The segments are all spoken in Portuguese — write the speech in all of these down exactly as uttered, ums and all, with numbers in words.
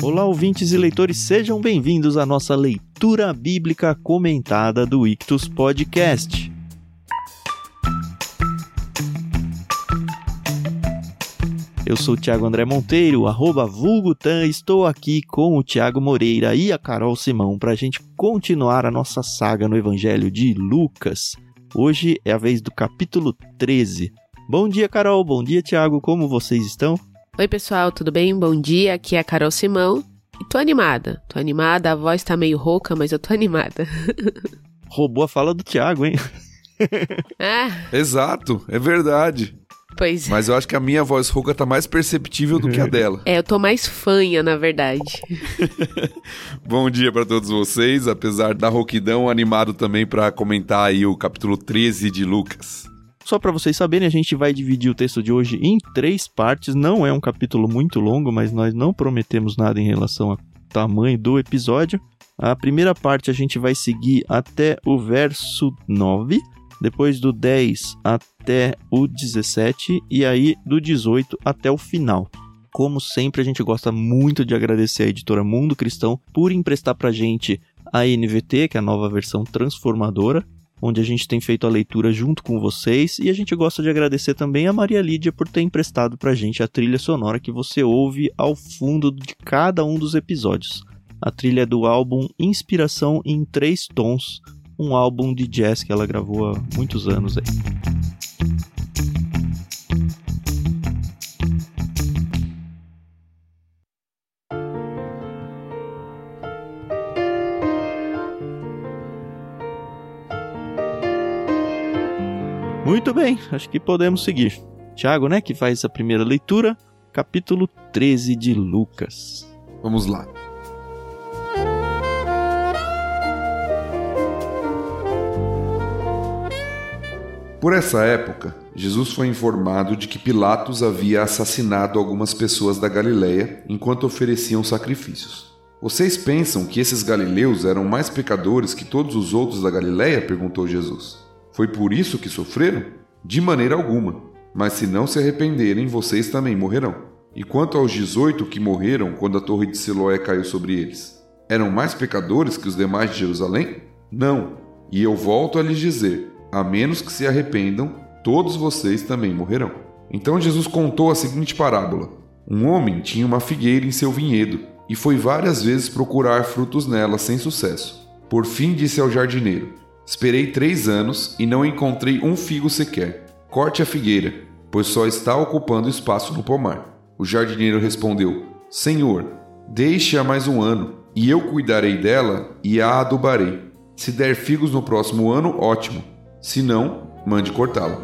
Olá, ouvintes e leitores, sejam bem-vindos à nossa leitura bíblica comentada do Ictus Podcast. Eu sou o Thiago André Monteiro, arroba vulgutan, estou aqui com o Thiago Moreira e a Carol Simão para a gente continuar a nossa saga no Evangelho de Lucas. Hoje é a vez do capítulo treze. Bom dia, Carol, bom dia, Thiago, como vocês estão? Oi, pessoal, tudo bem? Bom dia, aqui é a Carol Simão e tô animada, tô animada, a voz tá meio rouca, mas eu tô animada. Roubou a fala do Thiago, hein? Ah. Exato, é verdade. Pois. Mas eu acho que a minha voz rouca tá mais perceptível do que a dela. É, eu tô mais fanha, na verdade. Bom dia pra todos vocês, apesar da rouquidão, animado também pra comentar aí o capítulo treze de Lucas. Só para vocês saberem, a gente vai dividir o texto de hoje em três partes. Não é um capítulo muito longo, mas nós não prometemos nada em relação ao tamanho do episódio. A primeira parte a gente vai seguir até o verso nove, depois do dez até o dezessete e aí do dezoito até o final. Como sempre, a gente gosta muito de agradecer a editora Mundo Cristão por emprestar pra gente a N V T, que é a nova versão transformadora, onde a gente tem feito a leitura junto com vocês, e a gente gosta de agradecer também a Maria Lídia por ter emprestado pra gente a trilha sonora que você ouve ao fundo de cada um dos episódios. A trilha é do álbum Inspiração em Três Tons, um álbum de jazz que ela gravou há muitos anos aí. Muito bem, acho que podemos seguir. Tiago, né, que faz a primeira leitura, capítulo treze de Lucas. Vamos lá. Por essa época, Jesus foi informado de que Pilatos havia assassinado algumas pessoas da Galileia enquanto ofereciam sacrifícios. Vocês pensam que esses galileus eram mais pecadores que todos os outros da Galileia? Perguntou Jesus. Foi por isso que sofreram? De maneira alguma. Mas se não se arrependerem, vocês também morrerão. E quanto aos dezoito que morreram quando a torre de Siloé caiu sobre eles, eram mais pecadores que os demais de Jerusalém? Não. E eu volto a lhes dizer, a menos que se arrependam, todos vocês também morrerão. Então Jesus contou a seguinte parábola. Um homem tinha uma figueira em seu vinhedo e foi várias vezes procurar frutos nela sem sucesso. Por fim disse ao jardineiro, esperei três anos e não encontrei um figo sequer. Corte a figueira, pois só está ocupando espaço no pomar. O jardineiro respondeu, Senhor, deixe-a mais um ano, e eu cuidarei dela e a adubarei. Se der figos no próximo ano, ótimo. Se não, mande cortá-la.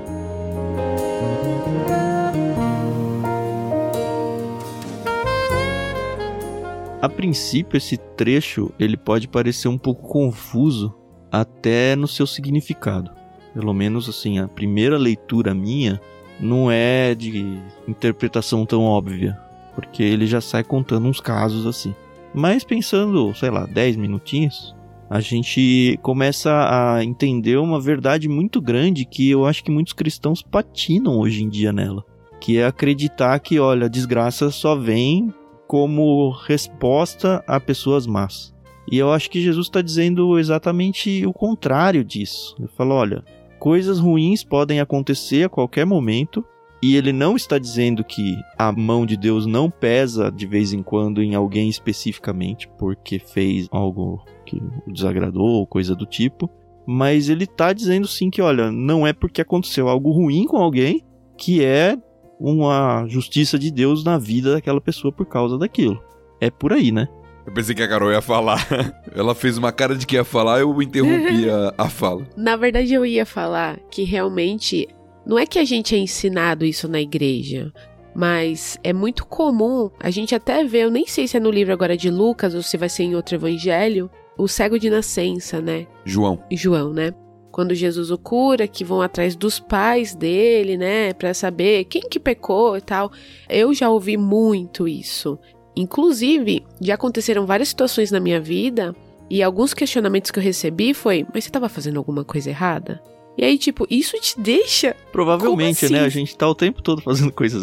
A princípio, esse trecho ele pode parecer um pouco confuso até no seu significado. Pelo menos assim, a primeira leitura minha não é de interpretação tão óbvia, porque ele já sai contando uns casos assim. Mas pensando, sei lá, dez minutinhos, a gente começa a entender uma verdade muito grande que eu acho que muitos cristãos patinam hoje em dia nela, que é acreditar que, olha, a desgraça só vem como resposta a pessoas más. E eu acho que Jesus está dizendo exatamente o contrário disso. Ele fala, olha, coisas ruins podem acontecer a qualquer momento, e ele não está dizendo que a mão de Deus não pesa de vez em quando em alguém especificamente, porque fez algo que o desagradou ou coisa do tipo, mas ele está dizendo sim que, olha, não é porque aconteceu algo ruim com alguém que é uma justiça de Deus na vida daquela pessoa por causa daquilo. É por aí, né? Eu pensei que a Carol ia falar. Ela fez uma cara de que ia falar, eu interrompi a, a fala. Na verdade, eu ia falar que realmente não é que a gente é ensinado isso na igreja, mas é muito comum, a gente até vê, eu nem sei se é no livro agora de Lucas ou se vai ser em outro evangelho, o cego de nascença, né? João. João, né? Quando Jesus o cura, que vão atrás dos pais dele, né? Pra saber quem que pecou e tal. Eu já ouvi muito isso. Inclusive, já aconteceram várias situações na minha vida e alguns questionamentos que eu recebi foi, mas você tava fazendo alguma coisa errada? E aí, tipo, isso te deixa... Provavelmente, assim? né? A gente tá o tempo todo fazendo coisas erradas.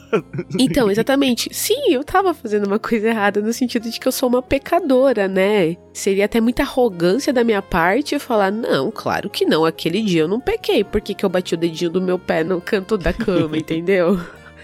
Então, exatamente. Sim, eu tava fazendo uma coisa errada no sentido de que eu sou uma pecadora, né? Seria até muita arrogância da minha parte eu falar, não, claro que não, aquele dia eu não pequei, por que que eu bati o dedinho do meu pé no canto da cama, entendeu?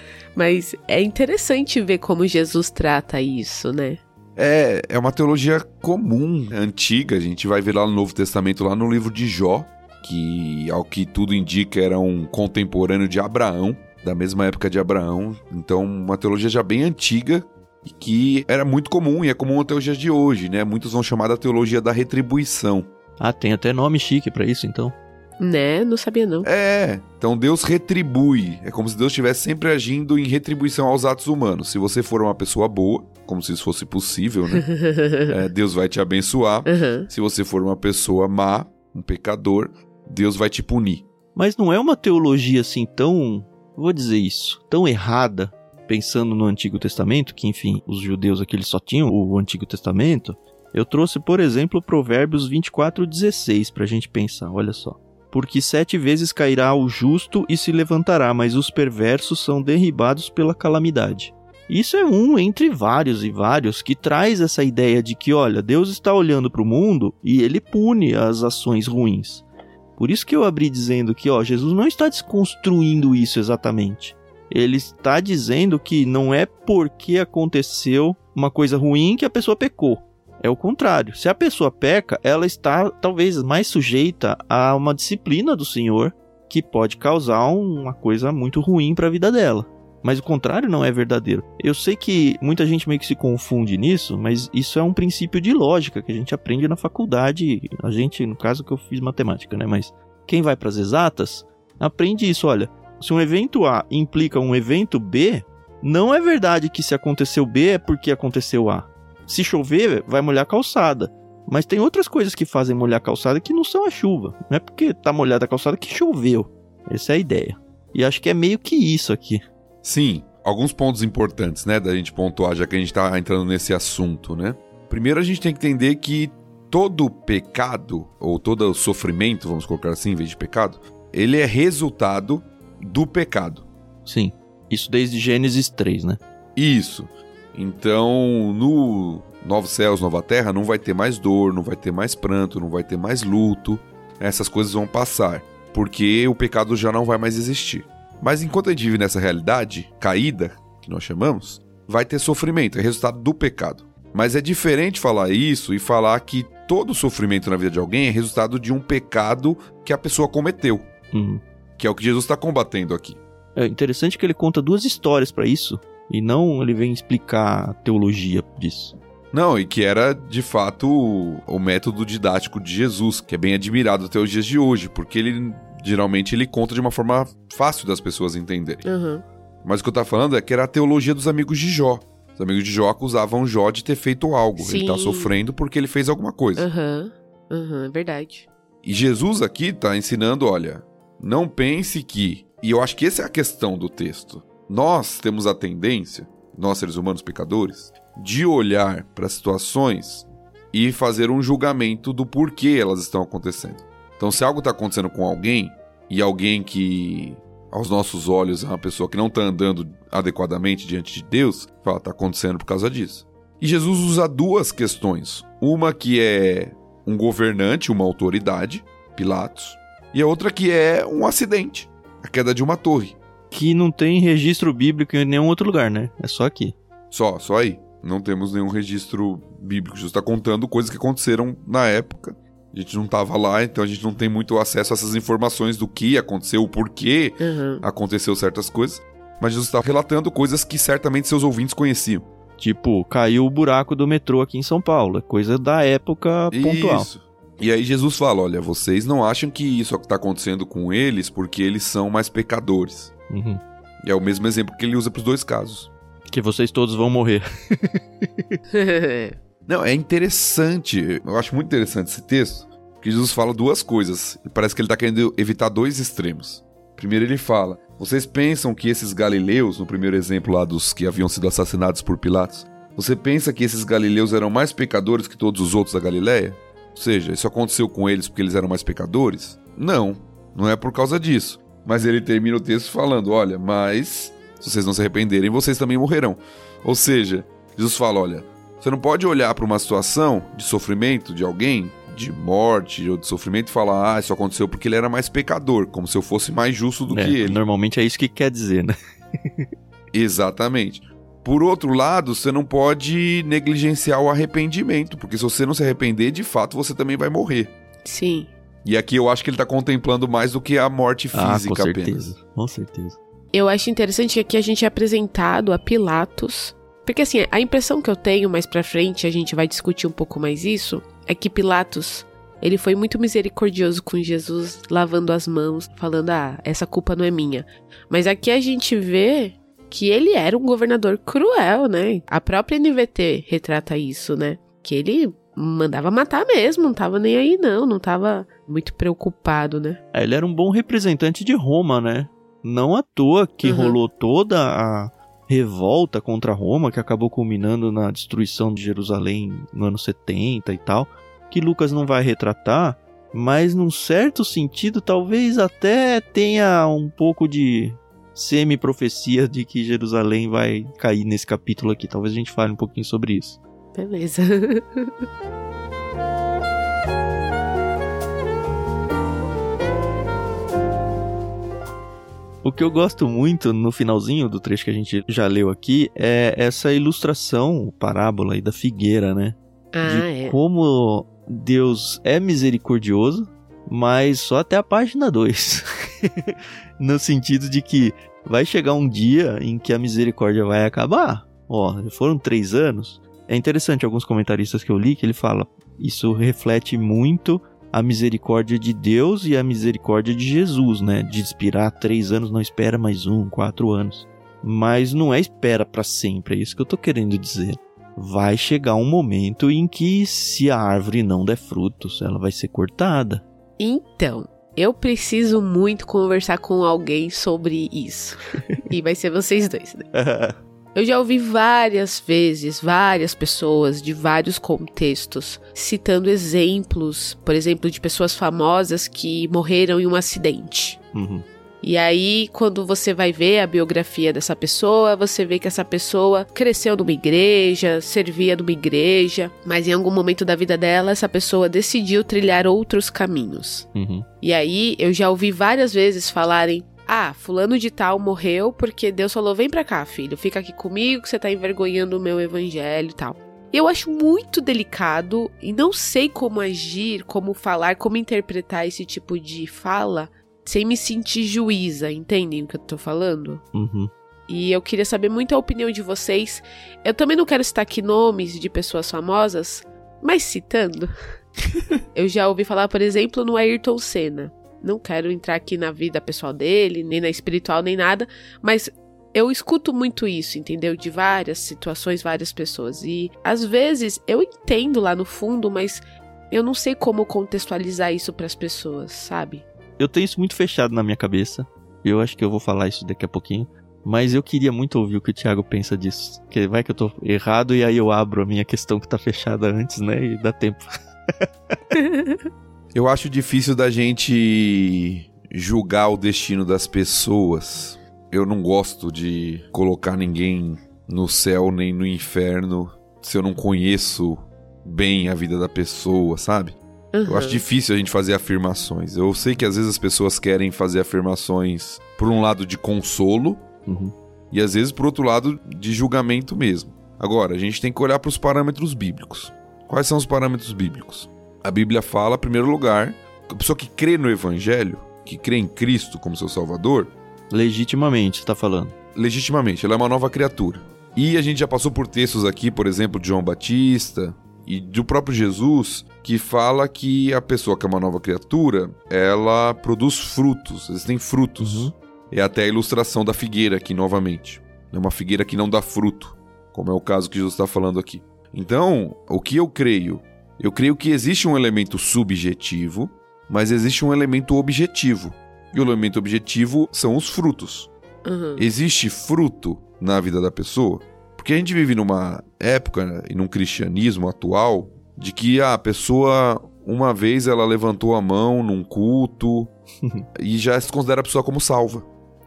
Mas é interessante ver como Jesus trata isso, né? É, é uma teologia comum, antiga, a gente vai ver lá no Novo Testamento, lá no livro de Jó, que ao que tudo indica era um contemporâneo de Abraão, da mesma época de Abraão, então uma teologia já bem antiga e que era muito comum e é comum até os dias de hoje, né? Muitos vão chamar da teologia da retribuição. Ah, tem até nome chique pra isso, então. Né? Não sabia, não. É, então Deus retribui. É como se Deus estivesse sempre agindo em retribuição aos atos humanos. Se você for uma pessoa boa, como se isso fosse possível, né? é, Deus vai te abençoar. Uhum. Se você for uma pessoa má, um pecador, Deus vai te punir. Mas não é uma teologia assim tão, vou dizer isso, tão errada, pensando no Antigo Testamento, que enfim, os judeus aqui eles só tinham o Antigo Testamento. Eu trouxe, por exemplo, Provérbios vinte e quatro, dezesseis pra gente pensar, olha só. Porque sete vezes cairá o justo e se levantará, mas os perversos são derribados pela calamidade. Isso é um entre vários e vários que traz essa ideia de que, olha, Deus está olhando para o mundo e ele pune as ações ruins. Por isso que eu abri dizendo que, ó, Jesus não está desconstruindo isso exatamente. Ele está dizendo que não é porque aconteceu uma coisa ruim que a pessoa pecou. É o contrário. Se a pessoa peca, ela está talvez mais sujeita a uma disciplina do Senhor que pode causar uma coisa muito ruim para a vida dela. Mas o contrário não é verdadeiro. Eu sei que muita gente meio que se confunde nisso, mas isso é um princípio de lógica que a gente aprende na faculdade. A gente, no caso que eu fiz matemática, né? Mas quem vai para as exatas, aprende isso. Olha, se um evento A implica um evento B, não é verdade que se aconteceu B é porque aconteceu A. Se chover, vai molhar a calçada. Mas tem outras coisas que fazem molhar a calçada que não são a chuva. Não é porque tá molhada a calçada que choveu. Essa é a ideia. E acho que é meio que isso aqui. Sim, alguns pontos importantes, né, da gente pontuar, já que a gente tá entrando nesse assunto, né? Primeiro a gente tem que entender que todo pecado, ou todo sofrimento, vamos colocar assim, em vez de pecado, ele é resultado do pecado. Sim, isso desde Gênesis três, né? Isso. Então, no Novos Céus, Nova Terra, não vai ter mais dor, não vai ter mais pranto, não vai ter mais luto. Essas coisas vão passar, porque o pecado já não vai mais existir. Mas enquanto a gente vive nessa realidade caída, que nós chamamos, vai ter sofrimento, é resultado do pecado. Mas é diferente falar isso e falar que todo sofrimento na vida de alguém é resultado de um pecado que a pessoa cometeu. Uhum. Que é o que Jesus está combatendo aqui. É interessante que ele conta duas histórias para isso. E não ele vem explicar a teologia disso. Não, e que era, de fato, o, o método didático de Jesus, que é bem admirado até os dias de hoje, porque ele, geralmente, ele conta de uma forma fácil das pessoas entenderem. Uhum. Mas o que eu tô falando é que era a teologia dos amigos de Jó. Os amigos de Jó acusavam Jó de ter feito algo. Sim. Ele tá sofrendo porque ele fez alguma coisa. Aham, uhum. uhum, é verdade. E Jesus aqui tá ensinando, olha, não pense que... E eu acho que essa é a questão do texto. Nós temos a tendência, nós seres humanos pecadores, de olhar para situações e fazer um julgamento do porquê elas estão acontecendo. Então, se algo está acontecendo com alguém, e alguém que, aos nossos olhos, é uma pessoa que não está andando adequadamente diante de Deus, fala, está acontecendo por causa disso. E Jesus usa duas questões. Uma que é um governante, uma autoridade, Pilatos, e a outra que é um acidente, a queda de uma torre. Que não tem registro bíblico em nenhum outro lugar, né? É só aqui. Só, só aí. Não temos nenhum registro bíblico. Jesus está contando coisas que aconteceram na época. A gente não estava lá, então a gente não tem muito acesso a essas informações do que aconteceu, o porquê uhum. aconteceu certas coisas. Mas Jesus está relatando coisas que certamente seus ouvintes conheciam. Tipo, caiu o buraco do metrô aqui em São Paulo. É coisa da época pontual. Isso. E aí Jesus fala, olha, vocês não acham que isso está acontecendo com eles porque eles são mais pecadores. Uhum. E é o mesmo exemplo que ele usa para os dois casos. Que vocês todos vão morrer. Não, é interessante. Eu acho muito interessante esse texto. Porque Jesus fala duas coisas. E parece que ele está querendo evitar dois extremos. Primeiro ele fala, vocês pensam que esses galileus, no primeiro exemplo lá dos que haviam sido assassinados por Pilatos, você pensa que esses galileus eram mais pecadores que todos os outros da Galileia? Ou seja, isso aconteceu com eles porque eles eram mais pecadores? Não, não é por causa disso. Mas ele termina o texto falando, olha, mas Se vocês não se arrependerem, vocês também morrerão. Ou seja, Jesus fala, olha, você não pode olhar para uma situação de sofrimento de alguém, de morte ou de sofrimento e falar, ah, isso aconteceu porque ele era mais pecador, como se eu fosse mais justo do é, que ele. Normalmente é isso que quer dizer, né? Exatamente. Por outro lado, você não pode negligenciar o arrependimento, porque se você não se arrepender, de fato, você também vai morrer. Sim. E aqui eu acho que ele está contemplando mais do que a morte física ah, com certeza, apenas. Com certeza. Eu acho interessante que aqui a gente é apresentado a Pilatos, porque assim, a impressão que eu tenho mais pra frente, a gente vai discutir um pouco mais isso, é que Pilatos, ele foi muito misericordioso com Jesus, lavando as mãos, falando, ah, essa culpa não é minha. Mas aqui a gente vê que ele era um governador cruel, né? A própria N V T retrata isso, né? Que ele mandava matar mesmo, não tava nem aí não, não tava muito preocupado, né? É, ele era um bom representante de Roma, né? Não à toa que uhum. rolou toda a revolta contra Roma, que acabou culminando na destruição de Jerusalém no ano setenta e tal, que Lucas não vai retratar, mas num certo sentido talvez até tenha um pouco de semi-profecia de que Jerusalém vai cair nesse capítulo aqui. Talvez a gente fale um pouquinho sobre isso. Beleza. O que eu gosto muito no finalzinho do trecho que a gente já leu aqui é essa ilustração, parábola aí da figueira, né? Ah, de é. Como Deus é misericordioso, mas só até a página dois. No sentido de que vai chegar um dia em que a misericórdia vai acabar. Ó, foram três anos. É interessante alguns comentaristas que eu li que ele fala, isso reflete muito a misericórdia de Deus e a misericórdia de Jesus, né? De esperar três anos, não espera mais um, quatro anos. Mas não é espera para sempre, é isso que eu tô querendo dizer. Vai chegar um momento em que, se a árvore não der frutos, ela vai ser cortada. Então, eu preciso muito conversar com alguém sobre isso. E vai ser vocês dois, né? Eu já ouvi várias vezes, várias pessoas de vários contextos, citando exemplos, por exemplo, de pessoas famosas que morreram em um acidente. Uhum. E aí, quando você vai ver a biografia dessa pessoa, você vê que essa pessoa cresceu numa igreja, servia numa igreja, mas em algum momento da vida dela, essa pessoa decidiu trilhar outros caminhos. Uhum. E aí, eu já ouvi várias vezes falarem, ah, fulano de tal morreu porque Deus falou, vem pra cá, filho, fica aqui comigo que você tá envergonhando o meu evangelho e tal. Eu acho muito delicado e não sei como agir, como falar, como interpretar esse tipo de fala sem me sentir juíza, entendem o que eu tô falando? Uhum. E eu queria saber muito a opinião de vocês. Eu também não quero citar aqui nomes de pessoas famosas, mas citando, eu já ouvi falar, por exemplo, no Ayrton Senna. Não quero entrar aqui na vida pessoal dele, nem na espiritual, nem nada, mas eu escuto muito isso, entendeu? De várias situações, várias pessoas. E às vezes eu entendo lá no fundo, mas eu não sei como contextualizar isso para as pessoas, sabe? Eu tenho isso muito fechado na minha cabeça. Eu acho que eu vou falar isso daqui a pouquinho. Mas eu queria muito ouvir o que o Thiago pensa disso. Porque vai que eu tô errado e aí eu abro a minha questão que tá fechada antes, né? E dá tempo. Eu acho difícil da gente julgar o destino das pessoas. Eu não gosto de colocar ninguém no céu nem no inferno se eu não conheço bem a vida da pessoa, sabe? Uhum. Eu acho difícil a gente fazer afirmações. Eu sei que às vezes as pessoas querem fazer afirmações por um lado de consolo, uhum, e às vezes por outro lado de julgamento mesmo. Agora, a gente tem que olhar para os parâmetros bíblicos. Quais são os parâmetros bíblicos? A Bíblia fala, em primeiro lugar, que a pessoa que crê no Evangelho, que crê em Cristo como seu Salvador... Legitimamente, você tá falando. Legitimamente, ela é uma nova criatura. E a gente já passou por textos aqui, por exemplo, de João Batista e do próprio Jesus, que fala que a pessoa que é uma nova criatura, ela produz frutos, existem frutos. Uhum. É até a ilustração da figueira aqui, novamente. É uma figueira que não dá fruto, como é o caso que Jesus está falando aqui. Então, o que eu creio? Eu creio que existe um elemento subjetivo, mas existe um elemento objetivo. E o elemento objetivo são os frutos. Uhum. Existe fruto na vida da pessoa? Porque a gente vive numa época, né, e num cristianismo atual, de que ah, a pessoa, uma vez ela levantou a mão num culto e já se considera a pessoa como salva.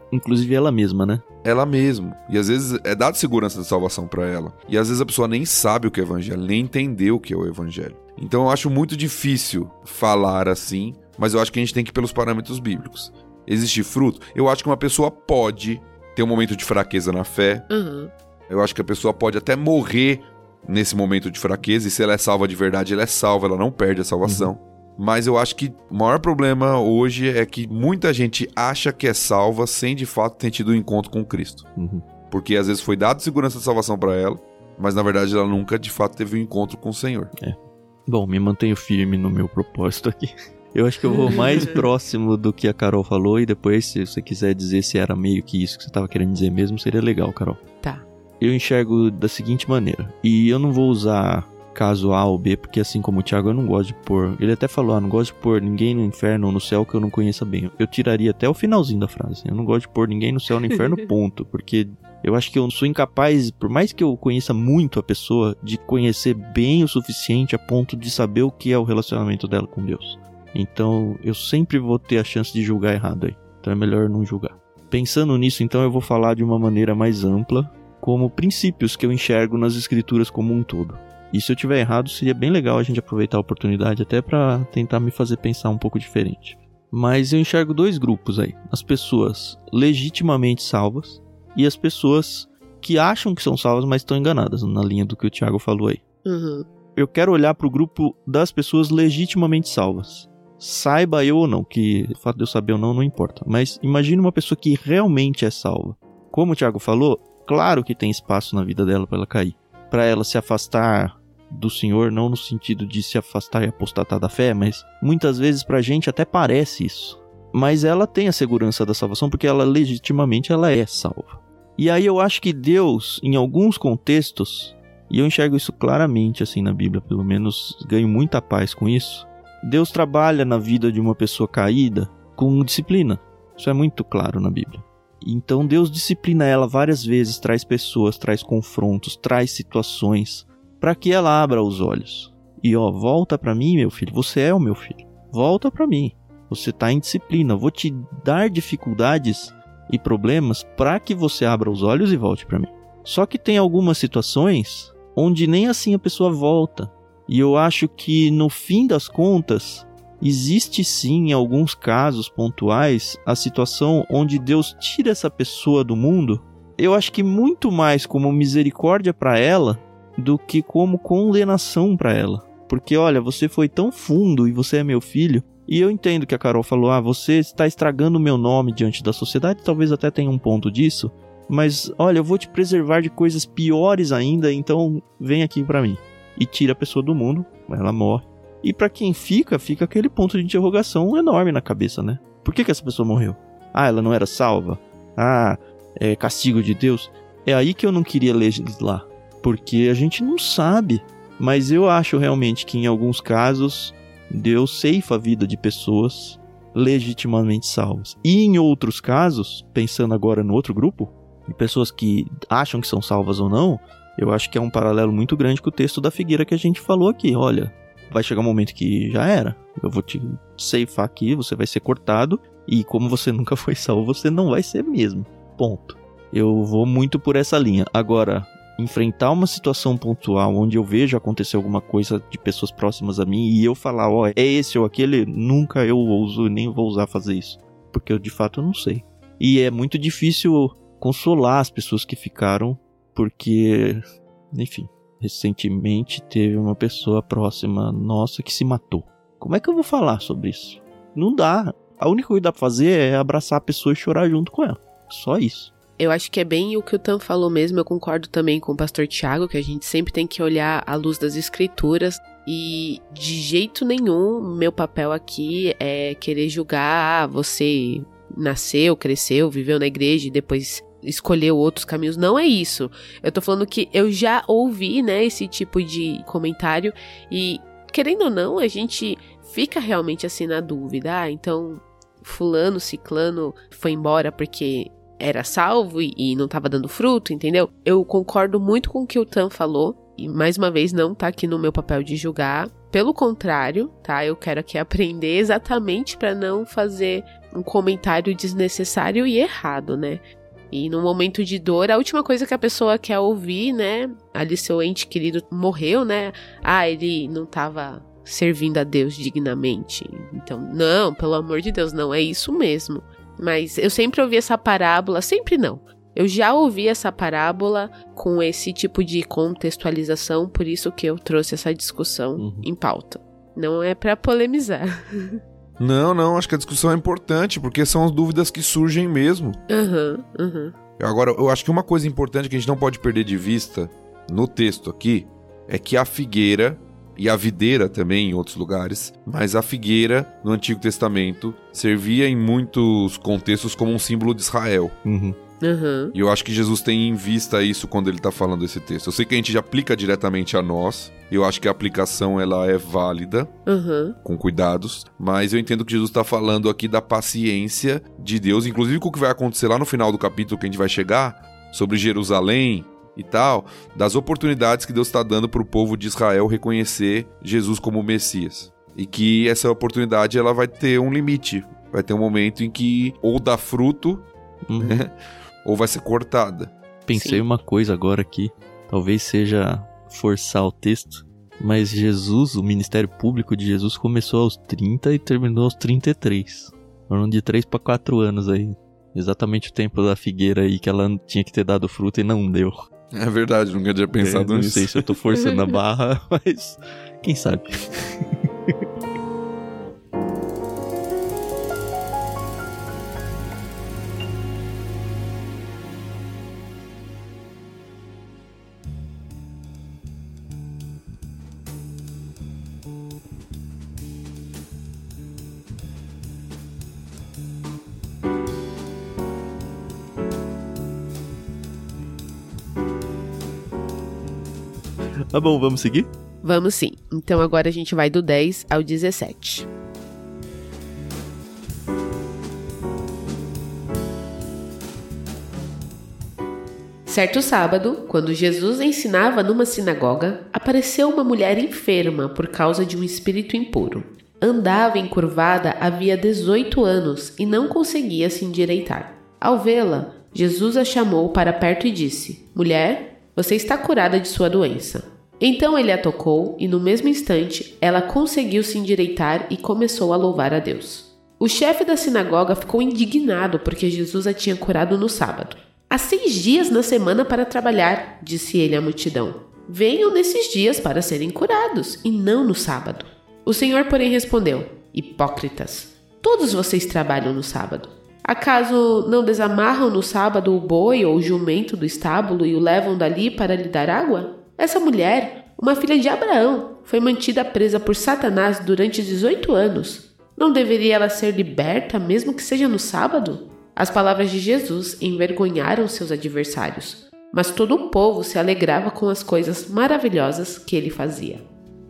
Inclusive ela mesma, né? Ela mesma. E às vezes é dado segurança de salvação pra ela. E às vezes a pessoa nem sabe o que é o evangelho, nem entendeu o que é o evangelho. Então eu acho muito difícil falar assim, mas eu acho que a gente tem que ir pelos parâmetros bíblicos. Existe fruto? Eu acho que uma pessoa pode ter um momento de fraqueza na fé. Uhum. Eu acho que a pessoa pode até morrer nesse momento de fraqueza, e se ela é salva de verdade, ela é salva, ela não perde a salvação. Uhum. Mas eu acho que o maior problema hoje é que muita gente acha que é salva sem de fato ter tido um encontro com Cristo. Uhum. Porque às vezes foi dado segurança de salvação pra ela, mas na verdade ela nunca de fato teve um encontro com o Senhor. É. Bom, me mantenho firme no meu propósito aqui. Eu acho que eu vou mais próximo do que a Carol falou, e depois, se você quiser dizer se era meio que isso que você estava querendo dizer mesmo, seria legal, Carol. Tá. Eu enxergo da seguinte maneira, e eu não vou usar caso A ou B, porque assim como o Thiago, eu não gosto de pôr... Ele até falou, ah, não gosto de pôr ninguém no inferno ou no céu que eu não conheça bem. Eu tiraria até o finalzinho da frase. Eu não gosto de pôr ninguém no céu ou no inferno, ponto. Porque eu acho que eu sou incapaz, por mais que eu conheça muito a pessoa, de conhecer bem o suficiente a ponto de saber o que é o relacionamento dela com Deus. Então, eu sempre vou ter a chance de julgar errado aí. Então é melhor não julgar. Pensando nisso, então, eu vou falar de uma maneira mais ampla, como princípios que eu enxergo nas escrituras como um todo. E se eu tiver errado, seria bem legal a gente aproveitar a oportunidade até para tentar me fazer pensar um pouco diferente. Mas eu enxergo dois grupos aí. As pessoas legitimamente salvas e as pessoas que acham que são salvas, mas estão enganadas, na linha do que o Thiago falou aí. Uhum. Eu quero olhar para o grupo das pessoas legitimamente salvas. Saiba eu ou não, que o fato de eu saber ou não não importa. Mas imagine uma pessoa que realmente é salva. Como o Thiago falou, claro que tem espaço na vida dela para ela cair. Para ela se afastar do Senhor, não no sentido de se afastar e apostatar da fé, mas muitas vezes pra gente até parece isso. Mas ela tem a segurança da salvação porque ela legitimamente ela é salva. E aí eu acho que Deus, em alguns contextos, e eu enxergo isso claramente assim na Bíblia, pelo menos ganho muita paz com isso, Deus trabalha na vida de uma pessoa caída com disciplina. Isso é muito claro na Bíblia. Então Deus disciplina ela várias vezes, traz pessoas, traz confrontos, traz situações, para que ela abra os olhos. E ó, volta para mim, meu filho, você é o meu filho. Volta para mim, você está em disciplina, vou te dar dificuldades e problemas para que você abra os olhos e volte para mim. Só que tem algumas situações onde nem assim a pessoa volta. E eu acho que no fim das contas, existe sim, em alguns casos pontuais, a situação onde Deus tira essa pessoa do mundo, eu acho que muito mais como misericórdia para ela, do que como condenação para ela. Porque olha, você foi tão fundo e você é meu filho, e eu entendo que a Carol falou, ah, você está estragando o meu nome diante da sociedade, talvez até tenha um ponto disso, mas olha, eu vou te preservar de coisas piores ainda, então vem aqui para mim. E tira a pessoa do mundo, ela morre. E pra quem fica, fica aquele ponto de interrogação enorme na cabeça, né? Por que que essa pessoa morreu? Ah, ela não era salva? Ah, é castigo de Deus? É aí que eu não queria legislar, porque a gente não sabe. Mas eu acho realmente que em alguns casos, Deus ceifa a vida de pessoas legitimamente salvas. E em outros casos, pensando agora no outro grupo, de pessoas que acham que são salvas ou não, eu acho que é um paralelo muito grande com o texto da figueira que a gente falou aqui. Olha, vai chegar um momento que já era. Eu vou te ceifar aqui, você vai ser cortado. E como você nunca foi salvo, você não vai ser mesmo. Ponto. Eu vou muito por essa linha. Agora, enfrentar uma situação pontual onde eu vejo acontecer alguma coisa de pessoas próximas a mim e eu falar, ó, oh, é esse ou aquele, nunca eu uso, nem vou usar fazer isso. Porque eu de fato não sei. E é muito difícil consolar as pessoas que ficaram, porque, enfim, recentemente teve uma pessoa próxima nossa que se matou. Como é que eu vou falar sobre isso? Não dá. A única coisa que dá pra fazer é abraçar a pessoa e chorar junto com ela. Só isso. Eu acho que é bem o que o Tam falou mesmo. Eu concordo também com o pastor Thiago, que a gente sempre tem que olhar à luz das escrituras. E de jeito nenhum, meu papel aqui é querer julgar, ah, você nasceu, cresceu, viveu na igreja e depois escolheu outros caminhos. Não é isso. Eu tô falando que eu já ouvi, né, esse tipo de comentário e, querendo ou não, a gente fica realmente assim na dúvida. Ah, então fulano, ciclano foi embora porque era salvo e, e não tava dando fruto, entendeu? Eu concordo muito com o que o Tam falou e, mais uma vez, não tá aqui no meu papel de julgar. Pelo contrário, tá? Eu quero aqui aprender exatamente para não fazer um comentário desnecessário e errado, né? E no momento de dor, a última coisa que a pessoa quer ouvir, né? Ali seu ente querido morreu, né? Ah, ele não estava servindo a Deus dignamente. Então, não, pelo amor de Deus, não é isso mesmo. Mas eu sempre ouvi essa parábola, sempre não. Eu já ouvi essa parábola com esse tipo de contextualização, por isso que eu trouxe essa discussão uhum. em pauta. Não é para polemizar. Não, não, acho que a discussão é importante, porque são as dúvidas que surgem mesmo. Uhum, uhum. Agora, eu acho que uma coisa importante que a gente não pode perder de vista no texto aqui é que a figueira, e a videira também em outros lugares, mas a figueira no Antigo Testamento servia em muitos contextos como um símbolo de Israel. Uhum. Uhum. E eu acho que Jesus tem em vista isso quando ele está falando esse texto. Eu sei que a gente já aplica diretamente a nós, eu acho que a aplicação ela é válida, uhum. com cuidados, mas eu entendo que Jesus está falando aqui da paciência de Deus, inclusive com o que vai acontecer lá no final do capítulo que a gente vai chegar, sobre Jerusalém e tal, das oportunidades que Deus está dando para o povo de Israel reconhecer Jesus como Messias. E que essa oportunidade ela vai ter um limite, vai ter um momento em que ou dá fruto, uhum. né? Ou vai ser cortada. Pensei Sim. uma coisa agora aqui, talvez seja forçar o texto, mas Jesus, o ministério público de Jesus começou aos trinta e terminou aos trinta e três. Foram de três para quatro anos aí. Exatamente o tempo da figueira aí que ela tinha que ter dado fruto e não deu. É verdade, nunca tinha pensado é, nisso. Não sei se eu tô forçando a barra, mas quem sabe. Tá bom, vamos seguir? Vamos sim. Então agora a gente vai do dez ao dezessete. Certo sábado, quando Jesus ensinava numa sinagoga, apareceu uma mulher enferma por causa de um espírito impuro. Andava encurvada havia dezoito anos e não conseguia se endireitar. Ao vê-la, Jesus a chamou para perto e disse: Mulher, você está curada de sua doença. Então ele a tocou e no mesmo instante ela conseguiu se endireitar e começou a louvar a Deus. O chefe da sinagoga ficou indignado porque Jesus a tinha curado no sábado. Há seis dias na semana para trabalhar, disse ele à multidão. Venham nesses dias para serem curados e não no sábado. O Senhor, porém, respondeu: Hipócritas, todos vocês trabalham no sábado. Acaso não desamarram no sábado o boi ou o jumento do estábulo e o levam dali para lhe dar água? Essa mulher, uma filha de Abraão, foi mantida presa por Satanás durante dezoito anos. Não deveria ela ser liberta mesmo que seja no sábado? As palavras de Jesus envergonharam seus adversários, mas todo o povo se alegrava com as coisas maravilhosas que ele fazia.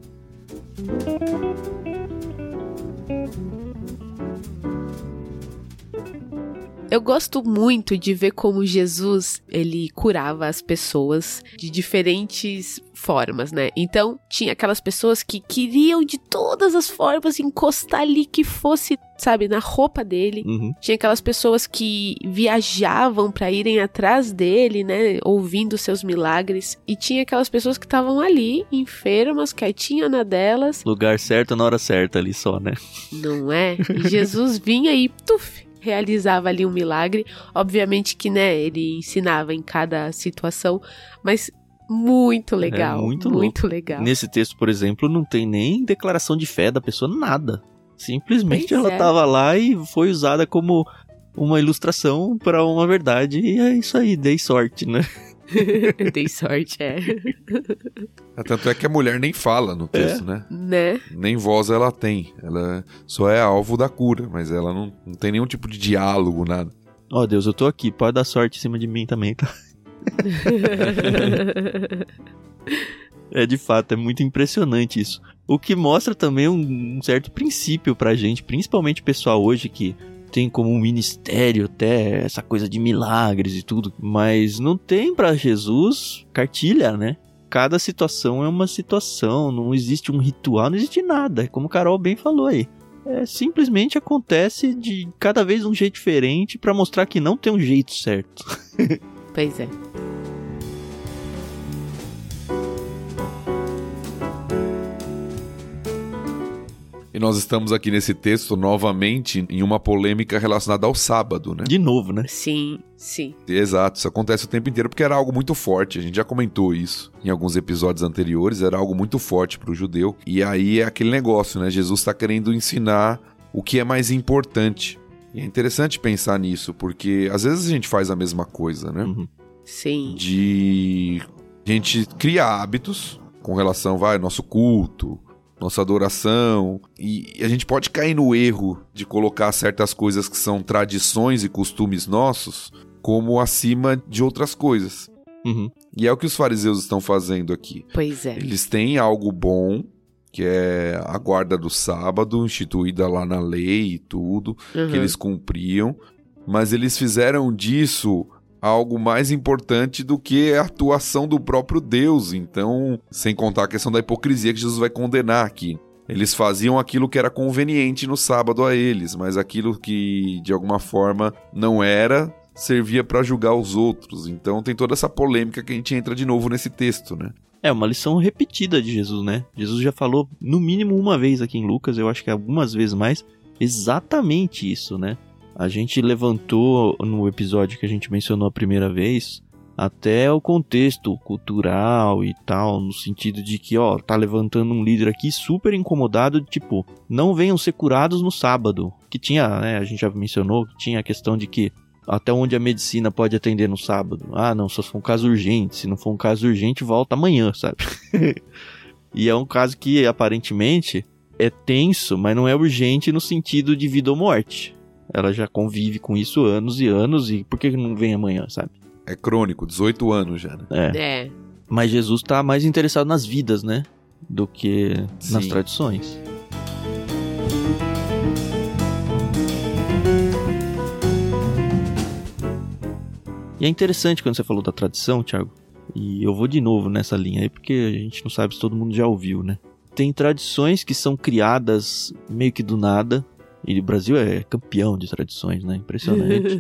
Eu gosto muito de ver como Jesus, ele curava as pessoas de diferentes formas, né? Então, tinha aquelas pessoas que queriam de todas as formas encostar ali que fosse, sabe, na roupa dele. Uhum. Tinha aquelas pessoas que viajavam para irem atrás dele, né? Ouvindo seus milagres. E tinha aquelas pessoas que estavam ali, enfermas, quietinha na delas. Lugar certo na hora certa ali só, né? Não é? E Jesus vinha e, tuf, realizava ali um milagre. Obviamente que, né, ele ensinava em cada situação, mas muito legal, é muito, muito louco. legal. Nesse texto, por exemplo, não tem nem declaração de fé da pessoa, nada. Simplesmente Pois ela é. tava lá e foi usada como uma ilustração para uma verdade, e é isso aí, dei sorte, né? Dei sorte, é. Tanto é que a mulher nem fala no texto, É. né? Né? Nem voz ela tem. Ela só é alvo da cura, mas ela não, não tem nenhum tipo de diálogo, nada. Ó, Deus, eu tô aqui, pode dar sorte em cima de mim também, tá? É, de fato, é muito impressionante isso. O que mostra também um, um certo princípio pra gente, principalmente o pessoal hoje que tem como um ministério até essa coisa de milagres e tudo, mas não tem pra Jesus cartilha, né? Cada situação é uma situação, não existe um ritual, não existe nada, como o Carol bem falou aí. É, simplesmente acontece de cada vez um jeito diferente pra mostrar que não tem um jeito certo. Pois é. E nós estamos aqui nesse texto novamente em uma polêmica relacionada ao sábado, né? De novo, né? Sim, sim. Exato, isso acontece o tempo inteiro porque era algo muito forte, a gente já comentou isso em alguns episódios anteriores, era algo muito forte para o judeu. E aí é aquele negócio, né? Jesus está querendo ensinar o que é mais importante. E é interessante pensar nisso, porque às vezes a gente faz a mesma coisa, né? Uhum. Sim. De a gente cria hábitos com relação, vai, nosso culto, nossa adoração, e a gente pode cair no erro de colocar certas coisas que são tradições e costumes nossos como acima de outras coisas. Uhum. E é o que os fariseus estão fazendo aqui. Pois é. Eles têm algo bom, que é a guarda do sábado, instituída lá na lei e tudo, Uhum. que eles cumpriam, mas eles fizeram disso algo mais importante do que a atuação do próprio Deus. Então, sem contar a questão da hipocrisia que Jesus vai condenar aqui. Eles faziam aquilo que era conveniente no sábado a eles, mas aquilo que de alguma forma não era, servia para julgar os outros. Então tem toda essa polêmica que a gente entra de novo nesse texto, né? É uma lição repetida de Jesus, né? Jesus já falou no mínimo uma vez aqui em Lucas, eu acho que algumas vezes mais, exatamente isso, né? A gente levantou no episódio que a gente mencionou a primeira vez até o contexto cultural e tal, no sentido de que, ó, tá levantando um líder aqui super incomodado, tipo, não venham ser curados no sábado. Que tinha, né, a gente já mencionou, que tinha a questão de que até onde a medicina pode atender no sábado. Ah, não, só se for um caso urgente, se não for um caso urgente, volta amanhã, sabe? E é um caso que aparentemente é tenso, mas não é urgente no sentido de vida ou morte. Ela já convive com isso anos e anos, e por que não vem amanhã, sabe? É crônico, dezoito anos já, né? É. É. Mas Jesus tá mais interessado nas vidas, né? Do que nas Sim. tradições. E é interessante quando você falou da tradição, Thiago. E eu vou de novo nessa linha aí, porque a gente não sabe se todo mundo já ouviu, né? Tem tradições que são criadas meio que do nada. E o Brasil é campeão de tradições, né? Impressionante.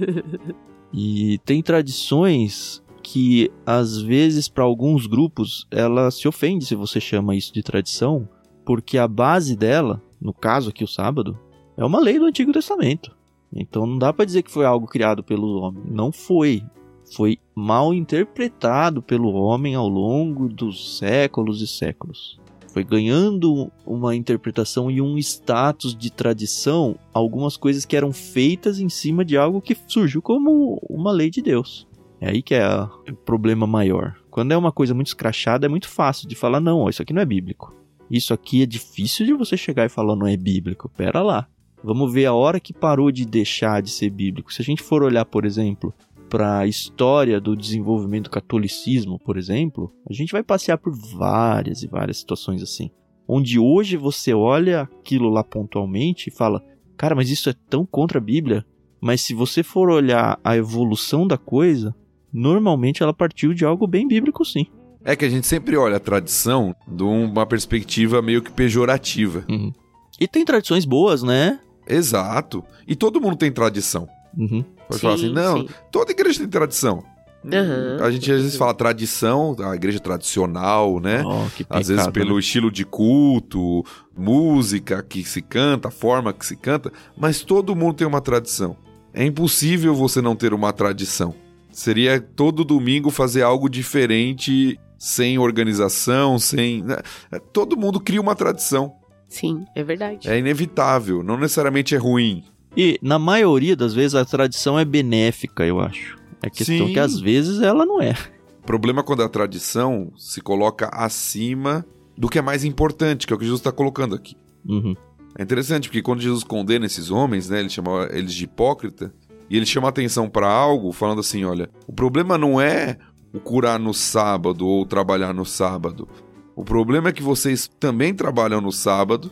E tem tradições que, às vezes, para alguns grupos, ela se ofende se você chama isso de tradição, porque a base dela, no caso aqui o sábado, é uma lei do Antigo Testamento. Então não dá para dizer que foi algo criado pelo homem. Não foi. Foi mal interpretado pelo homem ao longo dos séculos e séculos. Foi ganhando uma interpretação e um status de tradição, algumas coisas que eram feitas em cima de algo que surgiu como uma lei de Deus. É aí que é o problema maior. Quando é uma coisa muito escrachada, é muito fácil de falar, não, ó, isso aqui não é bíblico. Isso aqui é difícil de você chegar e falar, não é bíblico. Pera lá. Vamos ver a hora que parou de deixar de ser bíblico. Se a gente for olhar, por exemplo, para a história do desenvolvimento do catolicismo, por exemplo, a gente vai passear por várias e várias situações assim. Onde hoje você olha aquilo lá pontualmente e fala, cara, mas isso é tão contra a Bíblia. Mas se você for olhar a evolução da coisa, normalmente ela partiu de algo bem bíblico, sim. É que a gente sempre olha a tradição de uma perspectiva meio que pejorativa. Uhum. E tem tradições boas, né? Exato. E todo mundo tem tradição. Uhum. Pode Sim, falar assim, não, sim. toda igreja tem tradição. Uhum. A gente às vezes fala tradição, a igreja tradicional, né? Oh, que pecado, Às vezes pelo né? estilo de culto, música que se canta, a forma que se canta, mas todo mundo tem uma tradição. É impossível você não ter uma tradição. Seria todo domingo fazer algo diferente, sem organização, sem... né? Todo mundo cria uma tradição. Sim, é verdade. É inevitável, não necessariamente é ruim. E, na maioria das vezes, a tradição é benéfica, eu acho. É questão Sim. que, às vezes, ela não é. O problema é quando a tradição se coloca acima do que é mais importante, que é o que Jesus está colocando aqui. Uhum. É interessante, porque quando Jesus condena esses homens, né, ele chama eles de hipócrita, e ele chama atenção para algo, falando assim, olha, o problema não é o curar no sábado ou trabalhar no sábado. O problema é que vocês também trabalham no sábado,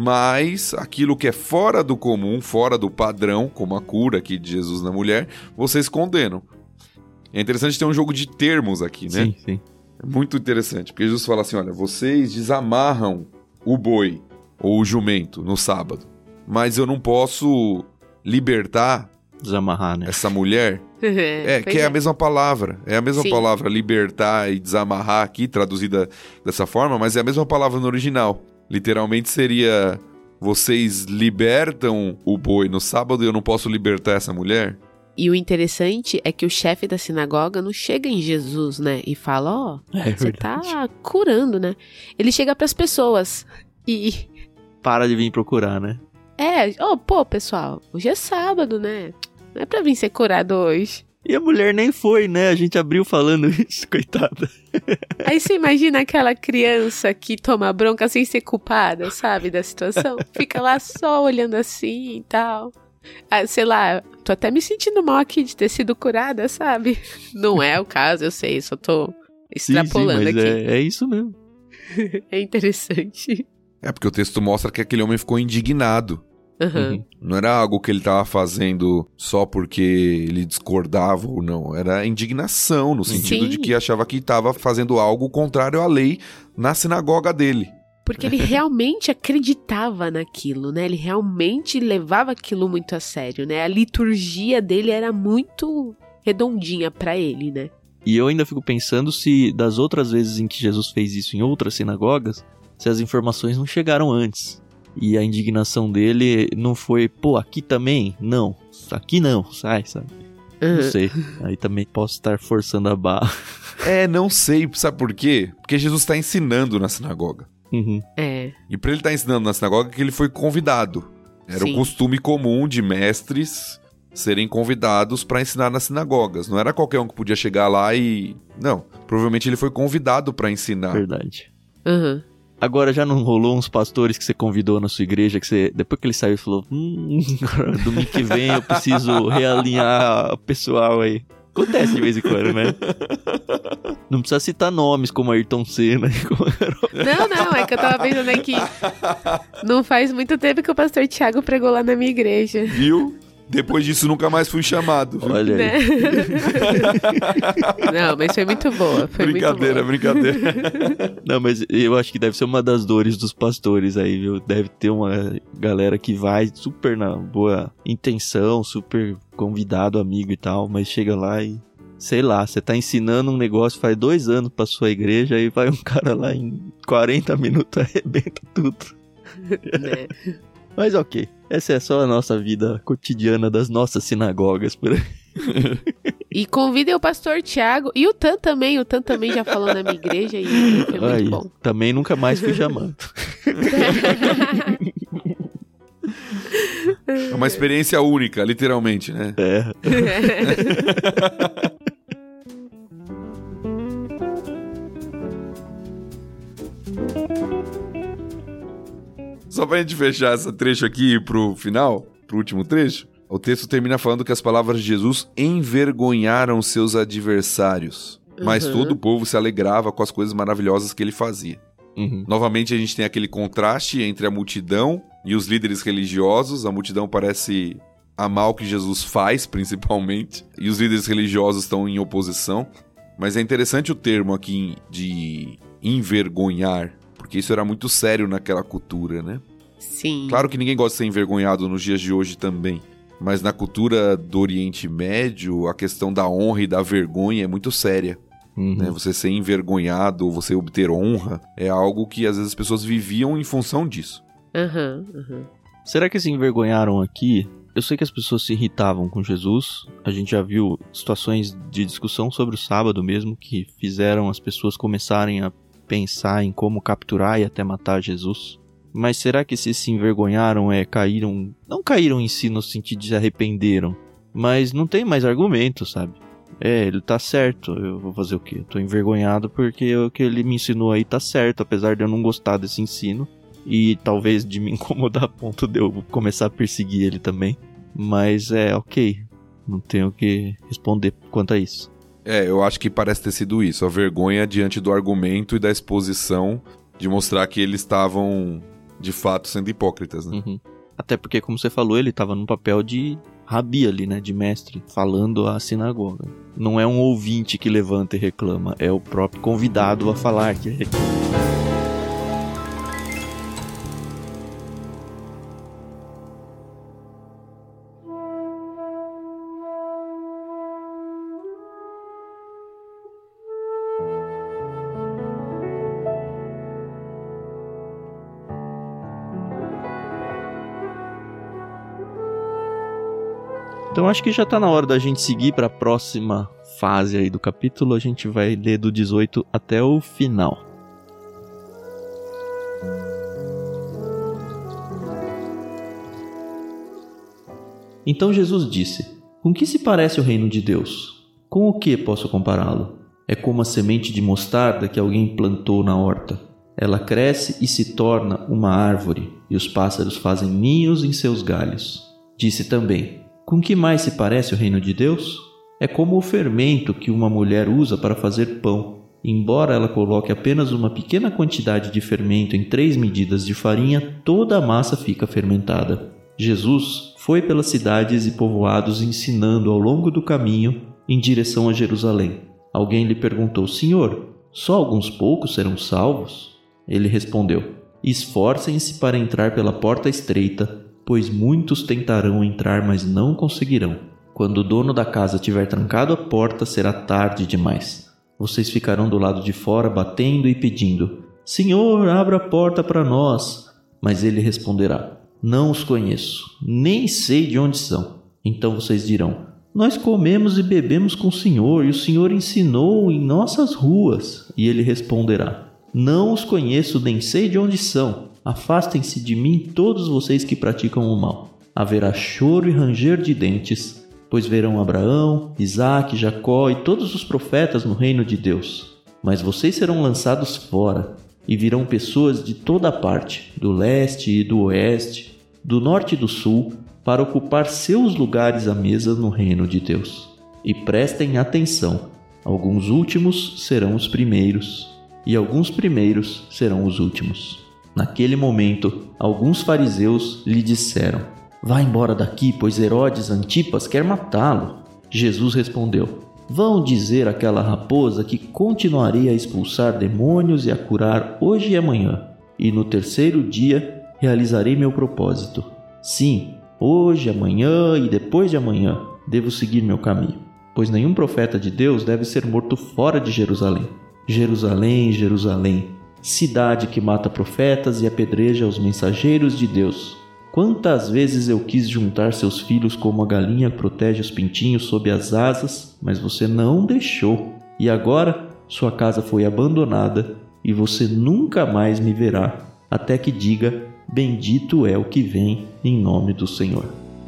mas aquilo que é fora do comum, fora do padrão, como a cura aqui de Jesus na mulher, vocês condenam. É interessante ter um jogo de termos aqui, né? Sim, sim. É muito interessante, porque Jesus fala assim, olha, vocês desamarram o boi ou o jumento no sábado. mas eu não posso libertar Desamarrar, né? essa mulher. É, que é, é a mesma palavra. É a mesma Sim. palavra, libertar e desamarrar aqui, traduzida dessa forma, mas é a mesma palavra no original. Literalmente seria, vocês libertam o boi no sábado e eu não posso libertar essa mulher? E o interessante é que o chefe da sinagoga não chega em Jesus, né? E fala, ó, oh, é você tá curando, né? Ele chega pras pessoas e... Para de vir procurar, né? É, ó, oh, pô, pessoal, hoje é sábado, né? Não é pra vir ser curado hoje. E a mulher nem foi, né? A gente abriu falando isso, coitada. Aí você imagina aquela criança que toma bronca sem ser culpada, sabe, da situação? Fica lá só olhando assim e tal. Ah, sei lá, tô até me sentindo mal aqui de ter sido curada, sabe? Não é o caso, eu sei, só tô extrapolando sim, sim, mas aqui. É, é isso mesmo. É interessante. É porque o texto mostra que aquele homem ficou indignado. Uhum. Não era algo que ele estava fazendo só porque ele discordava ou não. Era indignação, no sentido Sim. de que achava que estava fazendo algo contrário à lei na sinagoga dele. Porque ele realmente acreditava naquilo, né? Ele realmente levava aquilo muito a sério, né? A liturgia dele era muito redondinha pra ele, né? E eu ainda fico pensando se das outras vezes em que Jesus fez isso em outras sinagogas, se as informações não chegaram antes. E a indignação dele não foi, pô, aqui também? Não, aqui não, sai, sabe? Uhum. Não sei, aí também posso estar forçando a barra. É, não sei, sabe por quê? Porque Jesus está ensinando na sinagoga. Uhum. É. E pra ele estar ensinando na sinagoga que ele foi convidado. Era Sim. o costume comum de mestres serem convidados para ensinar nas sinagogas. Não era qualquer um que podia chegar lá e... Não, provavelmente ele foi convidado para ensinar. Verdade. Uhum. Agora, já não rolou uns pastores que você convidou na sua igreja, que você, depois que ele saiu, falou, hum, domingo que vem eu preciso realinhar o pessoal aí. Acontece de vez em quando, né? Não precisa citar nomes como Ayrton Senna. Como... Não, não, é que eu tava pensando aqui. Não faz muito tempo que o pastor Thiago pregou lá na minha igreja. Viu? Depois disso, nunca mais fui chamado. Viu? Olha aí. Né? Não, mas foi muito boa. Foi brincadeira, muito boa. brincadeira. Não, mas eu acho que deve ser uma das dores dos pastores aí, viu? Deve ter uma galera que vai super na boa intenção, super convidado, amigo e tal, mas chega lá e... Sei lá, você tá ensinando um negócio faz dois anos pra sua igreja e vai um cara lá em quarenta minutos arrebenta tudo. Né? Mas ok, essa é só a nossa vida cotidiana das nossas sinagogas por aí. E convidem o pastor Thiago e o Tan também, o Tan também já falou na minha igreja e foi muito aí, bom. Também nunca mais fui chamando. É uma experiência única, literalmente, né? É. Só pra gente fechar esse trecho aqui pro final, pro último trecho, o texto termina falando que as palavras de Jesus envergonharam seus adversários, uhum. mas todo o povo se alegrava com as coisas maravilhosas que ele fazia. Uhum. Novamente a gente tem aquele contraste entre a multidão e os líderes religiosos. A multidão parece amar o que Jesus faz, principalmente, e os líderes religiosos estão em oposição. Mas é interessante o termo aqui de envergonhar, porque isso era muito sério naquela cultura, né? Sim. Claro que ninguém gosta de ser envergonhado nos dias de hoje também, mas na cultura do Oriente Médio, a questão da honra e da vergonha é muito séria. Uhum. Né? Você ser envergonhado, você obter honra, é algo que às vezes as pessoas viviam em função disso. Uhum, uhum. Será que se envergonharam aqui? Eu sei que as pessoas se irritavam com Jesus. A gente já viu situações de discussão sobre o sábado mesmo, que fizeram as pessoas começarem a pensar em como capturar e até matar Jesus. Mas será que se se envergonharam é caíram... Não caíram em si no sentido de se arrependeram, mas não tem mais argumento, sabe? É, ele tá certo, eu vou fazer o quê? Eu tô envergonhado porque o que ele me ensinou aí tá certo, apesar de eu não gostar desse ensino e talvez de me incomodar a ponto de eu começar a perseguir ele também. Mas é ok, não tenho o que responder quanto a isso. É, eu acho que parece ter sido isso, a vergonha diante do argumento e da exposição de mostrar que eles estavam de fato sendo hipócritas, né? Uhum. Até porque, como você falou, ele tava num papel de rabi ali, né, de mestre, falando à sinagoga. Não é um ouvinte que levanta e reclama, é o próprio convidado a falar que reclama. Então acho que já está na hora da gente seguir para a próxima fase aí do capítulo. A gente vai ler do dezoito até o final. Então Jesus disse: com que se parece o reino de Deus? Com o que posso compará-lo? É como a semente de mostarda que alguém plantou na horta. Ela cresce e se torna uma árvore, e os pássaros fazem ninhos em seus galhos. Disse também: com que mais se parece o reino de Deus? É como o fermento que uma mulher usa para fazer pão. Embora ela coloque apenas uma pequena quantidade de fermento em três medidas de farinha, toda a massa fica fermentada. Jesus foi pelas cidades e povoados ensinando ao longo do caminho em direção a Jerusalém. Alguém lhe perguntou: Senhor, só alguns poucos serão salvos? Ele respondeu: esforcem-se para entrar pela porta estreita, pois muitos tentarão entrar, mas não conseguirão. Quando o dono da casa tiver trancado a porta, será tarde demais. Vocês ficarão do lado de fora batendo e pedindo: Senhor, abra a porta para nós. Mas ele responderá: não os conheço, nem sei de onde são. Então vocês dirão: nós comemos e bebemos com o Senhor, e o Senhor ensinou em nossas ruas. E ele responderá: não os conheço, nem sei de onde são. Afastem-se de mim todos vocês que praticam o mal. Haverá choro e ranger de dentes, pois verão Abraão, Isaque, Jacó e todos os profetas no reino de Deus. Mas vocês serão lançados fora, e virão pessoas de toda a parte, do leste e do oeste, do norte e do sul, para ocupar seus lugares à mesa no reino de Deus. E prestem atenção: alguns últimos serão os primeiros, e alguns primeiros serão os últimos. Naquele momento, alguns fariseus lhe disseram: vá embora daqui, pois Herodes Antipas quer matá-lo. Jesus respondeu: vão dizer àquela raposa que continuarei a expulsar demônios e a curar hoje e amanhã, e no terceiro dia realizarei meu propósito. Sim, hoje, amanhã e depois de amanhã devo seguir meu caminho, pois nenhum profeta de Deus deve ser morto fora de Jerusalém. Jerusalém, Jerusalém, cidade que mata profetas e apedreja os mensageiros de Deus. Quantas vezes eu quis juntar seus filhos como a galinha protege os pintinhos sob as asas, mas você não deixou. E agora sua casa foi abandonada e você nunca mais me verá, até que diga: bendito é o que vem em nome do Senhor.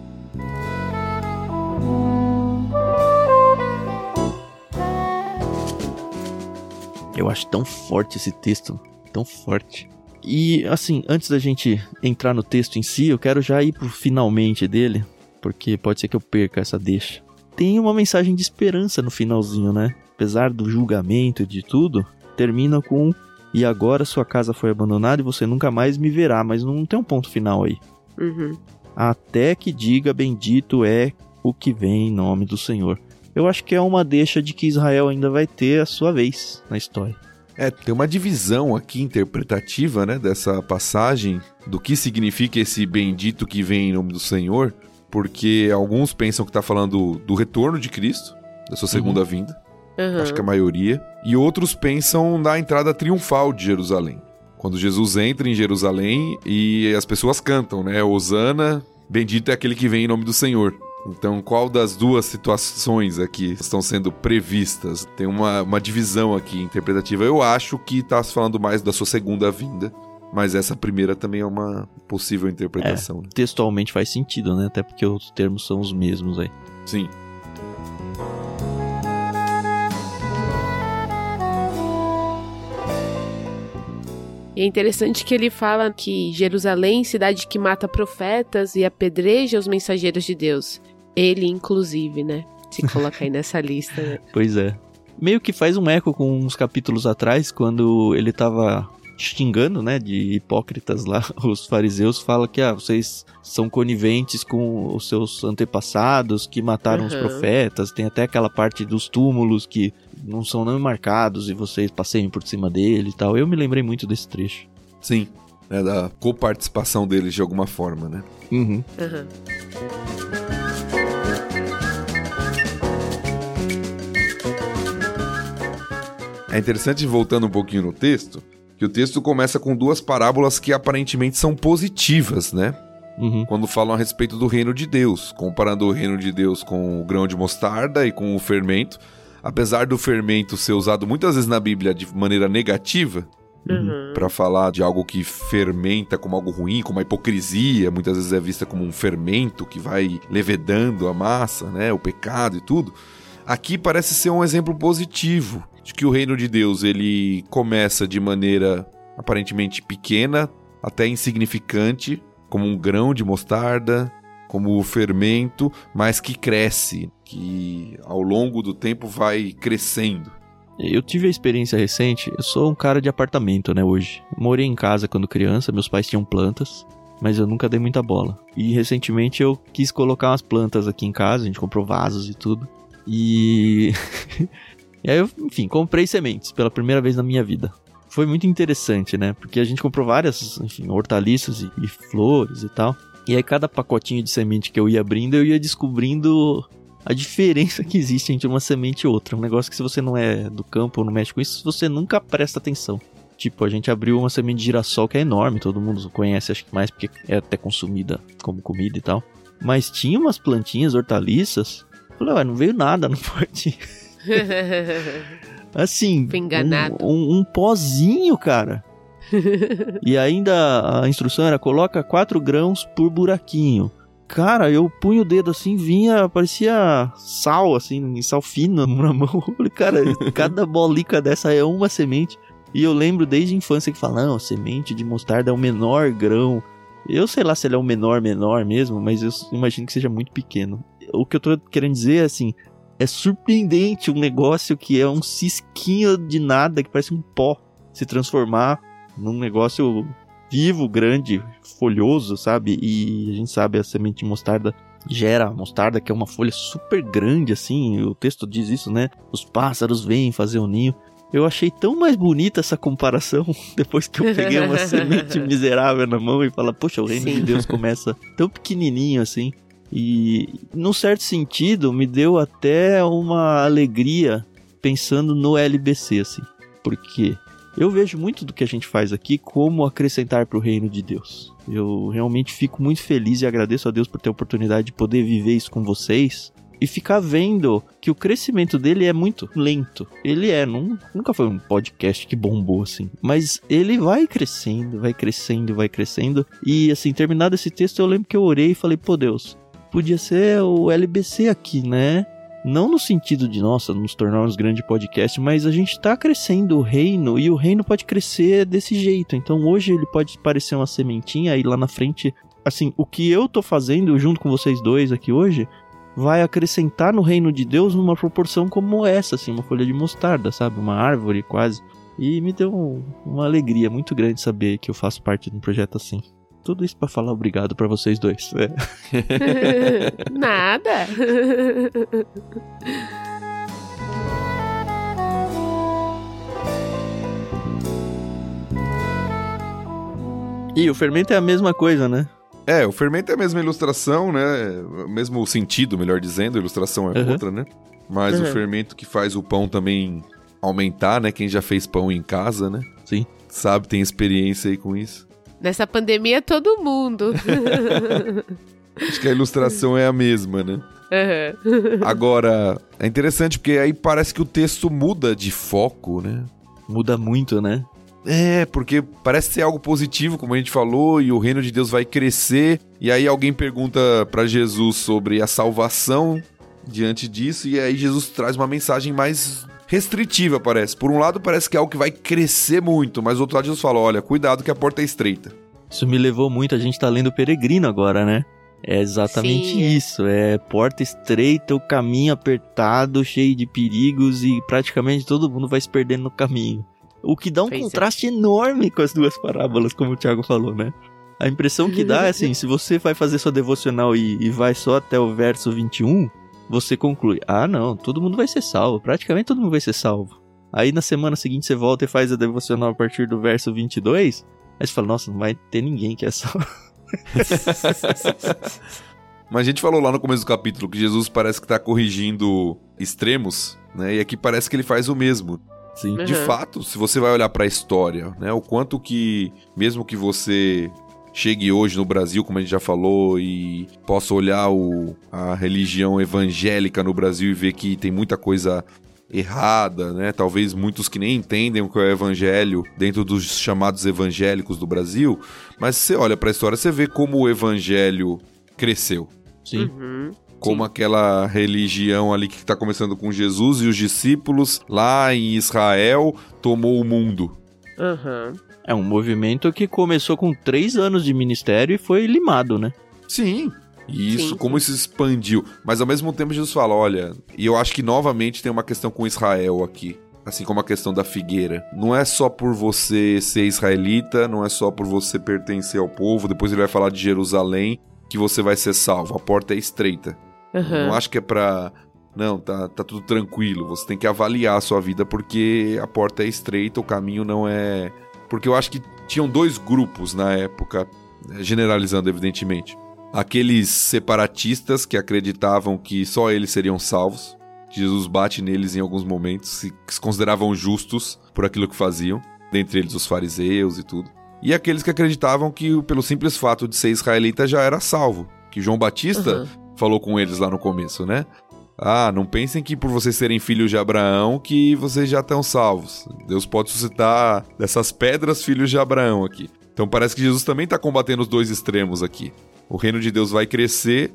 Eu acho tão forte esse texto, tão forte. E assim, antes da gente entrar no texto em si, eu quero já ir pro finalmente dele, porque pode ser que eu perca essa deixa. Tem uma mensagem de esperança no finalzinho, né? Apesar do julgamento e de tudo, termina com: e agora sua casa foi abandonada e você nunca mais me verá. Mas não tem um ponto final aí. Uhum. Até que diga: bendito é o que vem em nome do Senhor. Eu acho que é uma deixa de que Israel ainda vai ter a sua vez na história. É, tem uma divisão aqui interpretativa, né, dessa passagem, do que significa esse bendito que vem em nome do Senhor, porque alguns pensam que está falando do retorno de Cristo, da sua segunda uhum. vinda, uhum. acho que a maioria, e outros pensam na entrada triunfal de Jerusalém, quando Jesus entra em Jerusalém e as pessoas cantam, né, Hosana, bendito é aquele que vem em nome do Senhor. Então, qual das duas situações aqui estão sendo previstas? Tem uma, uma divisão aqui interpretativa. Eu acho que está se falando mais da sua segunda vinda, mas essa primeira também é uma possível interpretação. É, né? Textualmente faz sentido, né? Até porque os termos são os mesmos aí. Sim. E é interessante que ele fala que Jerusalém, cidade que mata profetas e apedreja os mensageiros de Deus. Ele, inclusive, né? Se coloca aí nessa lista, né? Pois é. Meio que faz um eco com uns capítulos atrás, quando ele tava xingando, né, de hipócritas lá, os fariseus, fala que ah, vocês são coniventes com os seus antepassados que mataram uhum. os profetas. Tem até aquela parte dos túmulos que não são nem marcados e vocês passeiem por cima dele e tal. Eu me lembrei muito desse trecho. Sim, é da coparticipação deles de alguma forma, né? Uhum. Uhum. É interessante, voltando um pouquinho no texto, que o texto começa com duas parábolas que aparentemente são positivas, né? Uhum. Quando falam a respeito do reino de Deus, comparando o reino de Deus com o grão de mostarda e com o fermento. Apesar do fermento ser usado muitas vezes na Bíblia de maneira negativa, Uhum. para falar de algo que fermenta como algo ruim, como a hipocrisia, muitas vezes é vista como um fermento que vai levedando a massa, né, o pecado e tudo. Aqui parece ser um exemplo positivo de que o reino de Deus ele começa de maneira aparentemente pequena, até insignificante, como um grão de mostarda, como o fermento, mas que cresce, que ao longo do tempo vai crescendo. Eu tive a experiência recente, eu sou um cara de apartamento, né, hoje. Morei em casa quando criança, meus pais tinham plantas, mas eu nunca dei muita bola. E recentemente eu quis colocar umas plantas aqui em casa, a gente comprou vasos e tudo. E... e aí eu, enfim, comprei sementes pela primeira vez na minha vida. Foi muito interessante, né, porque a gente comprou várias, enfim, hortaliças e, e flores e tal. E aí cada pacotinho de semente que eu ia abrindo, eu ia descobrindo a diferença que existe entre uma semente e outra. Um negócio que se você não é do campo ou não mexe com isso, você nunca presta atenção. Tipo, a gente abriu uma semente de girassol que é enorme, todo mundo conhece, acho que mais porque é até consumida como comida e tal. Mas tinha umas plantinhas, hortaliças, eu falei, ué, não veio nada no potinho. Assim, Fui enganado. Um, um, um pozinho, cara. E ainda a instrução era, coloca quatro grãos por buraquinho. Cara, eu punho o dedo assim, vinha, parecia sal, assim, sal fino na mão. Eu falei, cara, cada bolica dessa é uma semente. E eu lembro desde a infância que falam, não, semente de mostarda é o menor grão. Eu sei lá se ele é o menor, menor mesmo, mas eu imagino que seja muito pequeno. O que eu tô querendo dizer é assim, é surpreendente um negócio que é um cisquinho de nada, que parece um pó, se transformar num negócio vivo, grande, folhoso, sabe? E a gente sabe, a semente de mostarda gera mostarda, que é uma folha super grande, assim, o texto diz isso, né? Os pássaros vêm fazer o ninho. Eu achei tão mais bonita essa comparação depois que eu peguei uma semente miserável na mão e falo, poxa, o reino Sim. de Deus começa tão pequenininho assim. E, num certo sentido, me deu até uma alegria pensando no L B C, assim. Porque eu vejo muito do que a gente faz aqui como acrescentar para o reino de Deus. Eu realmente fico muito feliz e agradeço a Deus por ter a oportunidade de poder viver isso com vocês e ficar vendo que o crescimento dele é muito lento. Ele é, não, nunca foi um podcast que bombou assim, mas ele vai crescendo, vai crescendo, vai crescendo. E assim, terminado esse texto, eu lembro que eu orei e falei, pô Deus, podia ser o L B C aqui, né? Não no sentido de, nossa, nos tornarmos grande podcast, mas a gente tá crescendo o reino e o reino pode crescer desse jeito. Então hoje ele pode parecer uma sementinha e lá na frente, assim, o que eu tô fazendo junto com vocês dois aqui hoje vai acrescentar no reino de Deus numa proporção como essa, assim, uma folha de mostarda, sabe? Uma árvore quase. E me deu um, uma alegria muito grande saber que eu faço parte de um projeto assim. Tudo isso pra falar obrigado pra vocês dois. É. Nada. E o fermento é a mesma coisa, né? É, o fermento é a mesma ilustração, né? O mesmo sentido, melhor dizendo. A ilustração é uhum. outra, né? Mas uhum. o fermento que faz o pão também aumentar, né? Quem já fez pão em casa, né? Sim. Sabe, tem experiência aí com isso. Nessa pandemia, todo mundo. Acho que a ilustração é a mesma, né? Uhum. Agora, é interessante porque aí parece que o texto muda de foco, né? Muda muito, né? É, porque parece ser algo positivo, como a gente falou, e o reino de Deus vai crescer. E aí alguém pergunta pra Jesus sobre a salvação diante disso, e aí Jesus traz uma mensagem mais restritiva, parece. Por um lado, parece que é algo que vai crescer muito, mas do outro lado, Jesus fala, olha, cuidado que a porta é estreita. Isso me levou muito, a gente tá lendo o Peregrino agora, né? É exatamente Sim. isso, é porta estreita, o caminho apertado, cheio de perigos e praticamente todo mundo vai se perdendo no caminho. O que dá um pois contraste é. enorme com as duas parábolas, como o Thiago falou, né? A impressão que dá é assim, se você vai fazer sua devocional e, e vai só até o verso vinte e um, você conclui, ah não, todo mundo vai ser salvo, praticamente todo mundo vai ser salvo. Aí na semana seguinte você volta e faz a devocional a partir do verso vinte e dois, aí você fala, nossa, não vai ter ninguém que é salvo. Mas a gente falou lá no começo do capítulo que Jesus parece que está corrigindo extremos, né? E aqui parece que ele faz o mesmo. Sim. De Uhum. fato, se você vai olhar para a história, né, o quanto que, mesmo que você chegue hoje no Brasil, como a gente já falou, e possa olhar o, a religião evangélica no Brasil e ver que tem muita coisa errada, né? Talvez muitos que nem entendem o que é o evangelho dentro dos chamados evangélicos do Brasil, mas se você olha para a história, você vê como o evangelho cresceu. Sim. Uhum. Como Sim. aquela religião ali que está começando com Jesus e os discípulos lá em Israel tomou o mundo. Uhum. É um movimento que começou com três anos de ministério e foi limado, né? Sim. E isso, Sim, como sim. isso expandiu. Mas ao mesmo tempo Jesus fala, olha, e eu acho que novamente tem uma questão com Israel aqui. Assim como a questão da figueira. Não é só por você ser israelita, não é só por você pertencer ao povo, depois ele vai falar de Jerusalém, que você vai ser salvo. A porta é estreita. Uhum. Não acho que é pra... Não, tá, tá tudo tranquilo. Você tem que avaliar a sua vida porque a porta é estreita, o caminho não é... Porque eu acho que tinham dois grupos na época, generalizando evidentemente. Aqueles separatistas que acreditavam que só eles seriam salvos. Jesus bate neles em alguns momentos, que se consideravam justos por aquilo que faziam. Dentre eles os fariseus e tudo. E aqueles que acreditavam que pelo simples fato de ser israelita já era salvo. Que João Batista... Uhum. Falou com eles lá no começo, né? Ah, não pensem que por vocês serem filhos de Abraão que vocês já estão salvos. Deus pode suscitar dessas pedras filhos de Abraão aqui. Então parece que Jesus também está combatendo os dois extremos aqui. O reino de Deus vai crescer,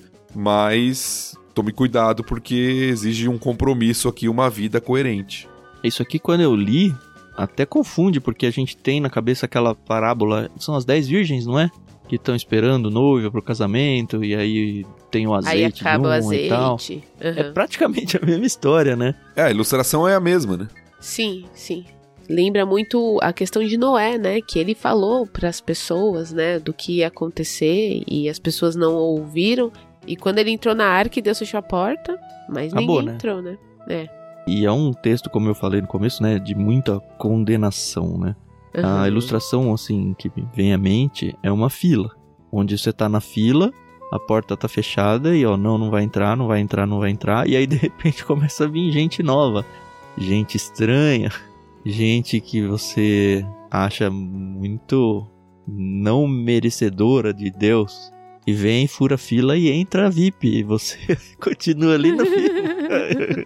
mas tome cuidado porque exige um compromisso aqui, uma vida coerente. Isso aqui quando eu li, até confunde, porque a gente tem na cabeça aquela parábola, são as dez virgens, não é? Que estão esperando o noivo pro casamento, e aí tem o azeite aí acaba de um o azeite. e tal. Uhum. É praticamente a mesma história, né? É, a ilustração é a mesma, né? Sim, sim. Lembra muito a questão de Noé, né? Que ele falou para as pessoas, né? Do que ia acontecer, e as pessoas não ouviram. E quando ele entrou na arca, Deus fechou a porta, mas Acabou, ninguém né? entrou, né? É. E é um texto, como eu falei no começo, né? De muita condenação, né? Uhum. A ilustração, assim, que me vem à mente é uma fila. Onde você tá na fila, a porta tá fechada e, ó, não, não vai entrar, não vai entrar, não vai entrar. E aí, de repente, começa a vir gente nova. Gente estranha. Gente que você acha muito não merecedora de Deus. E vem, fura a fila e entra a V I P. E você continua ali na fila.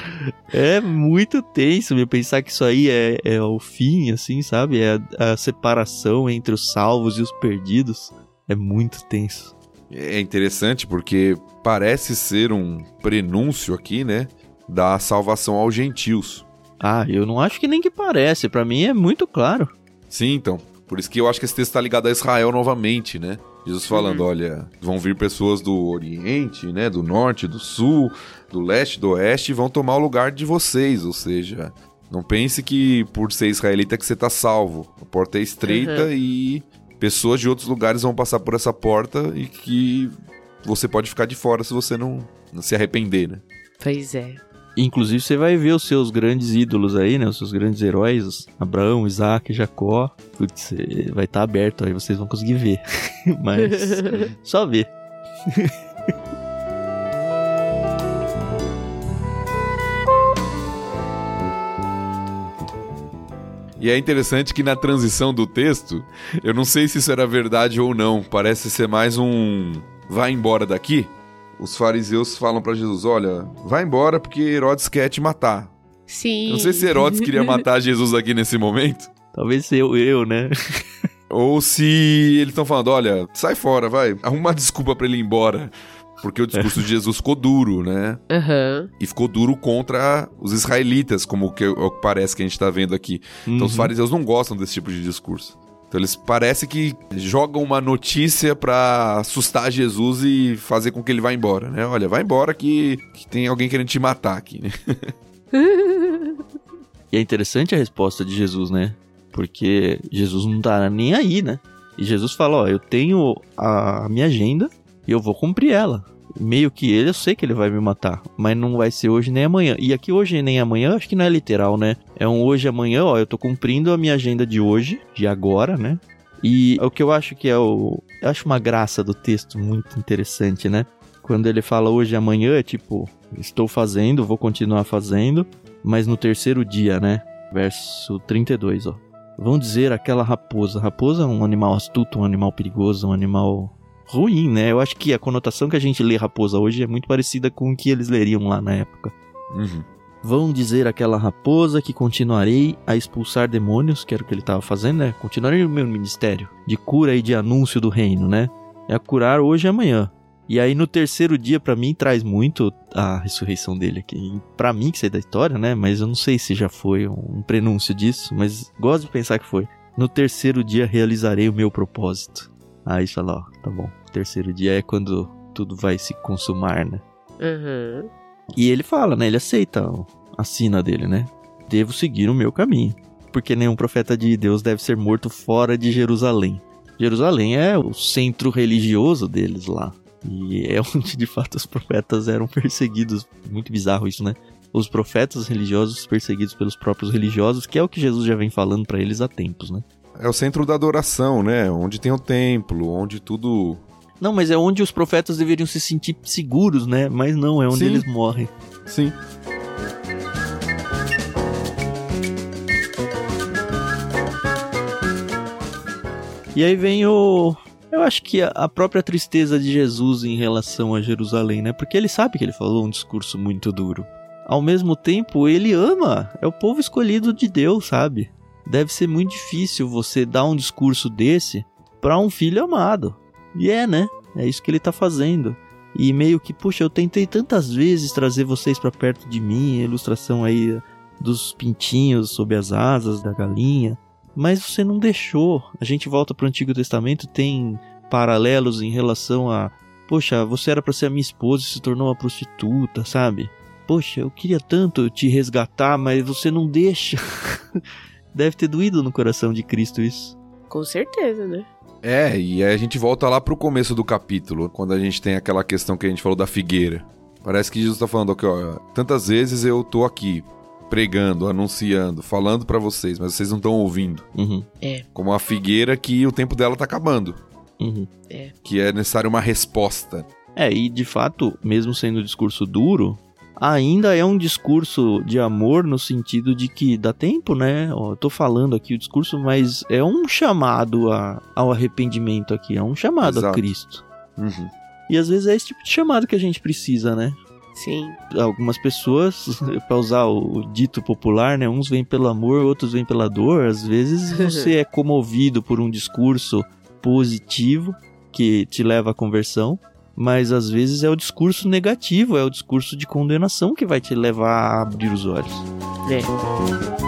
É muito tenso, meu, pensar que isso aí é, é o fim, assim, sabe? É a, a separação entre os salvos e os perdidos. É muito tenso. É interessante porque parece ser um prenúncio aqui, né? Da salvação aos gentios. Ah, eu não acho que nem que parece. Pra mim é muito claro. Sim, então. Por isso que eu acho que esse texto está ligado a Israel novamente, né? Jesus falando, uhum. olha, vão vir pessoas do Oriente, né? Do Norte, do Sul, do Leste, do Oeste e vão tomar o lugar de vocês. Ou seja, não pense que por ser israelita que você tá salvo. A porta é estreita uhum. e pessoas de outros lugares vão passar por essa porta e que você pode ficar de fora se você não, não se arrepender, né? Pois é. Inclusive você vai ver os seus grandes ídolos aí, né? Os seus grandes heróis, Abraão, Isaac, Jacó. Putz, vai estar aberto aí, vocês vão conseguir ver. Mas só ver. E é interessante que na transição do texto, eu não sei se isso era verdade ou não, parece ser mais um vai embora daqui. Os fariseus falam pra Jesus, olha, vai embora porque Herodes quer te matar. Sim. Eu não sei se Herodes queria matar Jesus aqui nesse momento. Talvez eu, eu, né? Ou se eles estão falando, olha, sai fora, vai, arruma uma desculpa pra ele ir embora. Porque o discurso de Jesus ficou duro, né? Uhum. E ficou duro contra os israelitas, como que, o que parece que a gente tá vendo aqui. Uhum. Então os fariseus não gostam desse tipo de discurso. Então eles parece que jogam uma notícia pra assustar Jesus e fazer com que ele vá embora, né? Olha, vai embora que, que tem alguém querendo te matar aqui, né? E é interessante a resposta de Jesus, né? Porque Jesus não tá nem aí, né? E Jesus fala, ó, eu tenho a minha agenda e eu vou cumprir ela. Meio que ele, eu sei que ele vai me matar, mas não vai ser hoje nem amanhã. E aqui hoje nem amanhã, acho que não é literal, né? É um hoje e amanhã, ó, eu tô cumprindo a minha agenda de hoje, de agora, né? E o que eu acho que é o... Eu acho uma graça do texto muito interessante, né? Quando ele fala hoje e amanhã, é tipo, estou fazendo, vou continuar fazendo, mas no terceiro dia, né? Verso trinta e dois, ó. Vão dizer aquela raposa. Raposa é um animal astuto, um animal perigoso, um animal ruim, né? Eu acho que a conotação que a gente lê raposa hoje é muito parecida com o que eles leriam lá na época. Uhum. Vão dizer aquela raposa que continuarei a expulsar demônios, que era o que ele estava fazendo, né? Continuarei o meu ministério de cura e de anúncio do reino, né? É a curar hoje e amanhã. E aí no terceiro dia, pra mim, traz muito a ressurreição dele aqui. Pra mim, que sei da história, né? Mas eu não sei se já foi um prenúncio disso, mas gosto de pensar que foi. No terceiro dia realizarei o meu propósito. Aí fala, ó, tá bom. O terceiro dia é quando tudo vai se consumar, né? Uhum. E ele fala, né? Ele aceita a sina dele, né? Devo seguir o meu caminho, porque nenhum profeta de Deus deve ser morto fora de Jerusalém. Jerusalém é o centro religioso deles lá. E é onde, de fato, os profetas eram perseguidos. Muito bizarro isso, né? Os profetas religiosos perseguidos pelos próprios religiosos, que é o que Jesus já vem falando pra eles há tempos, né? É o centro da adoração, né? Onde tem o templo, onde tudo... Não, mas é onde os profetas deveriam se sentir seguros, né? Mas não, é onde Sim. eles morrem. Sim. E aí vem o... Eu acho que a própria tristeza de Jesus em relação a Jerusalém, né? Porque ele sabe que ele falou um discurso muito duro. Ao mesmo tempo, ele ama. É o povo escolhido de Deus, sabe? Deve ser muito difícil você dar um discurso desse pra um filho amado. E é, né? É isso que ele tá fazendo. E meio que, puxa, eu tentei tantas vezes trazer vocês pra perto de mim, a ilustração aí dos pintinhos sob as asas da galinha, mas você não deixou. A gente volta pro Antigo Testamento, tem paralelos em relação a, poxa, você era pra ser a minha esposa e se tornou uma prostituta, sabe? Poxa, eu queria tanto te resgatar, mas você não deixa. Deve ter doído no coração de Cristo isso. Com certeza, né? É, e aí a gente volta lá pro começo do capítulo, quando a gente tem aquela questão que a gente falou da figueira. Parece que Jesus tá falando aqui, ó, tantas vezes eu tô aqui, pregando, anunciando, falando pra vocês, mas vocês não estão ouvindo. Uhum. É. Como a figueira que o tempo dela tá acabando. Uhum. É. Que é necessário uma resposta. É, e de fato, mesmo sendo um discurso duro, ainda é um discurso de amor no sentido de que dá tempo, né? Ó, eu tô falando aqui o discurso, mas é um chamado a, ao arrependimento aqui, é um chamado Exato. a Cristo. Uhum. E às vezes é esse tipo de chamado que a gente precisa, né? Sim. Algumas pessoas, pra usar o dito popular, né? Uns vêm pelo amor, outros vêm pela dor. Às vezes você é comovido por um discurso positivo que te leva à conversão, mas às vezes é o discurso negativo, é o discurso de condenação que vai te levar a abrir os olhos. É.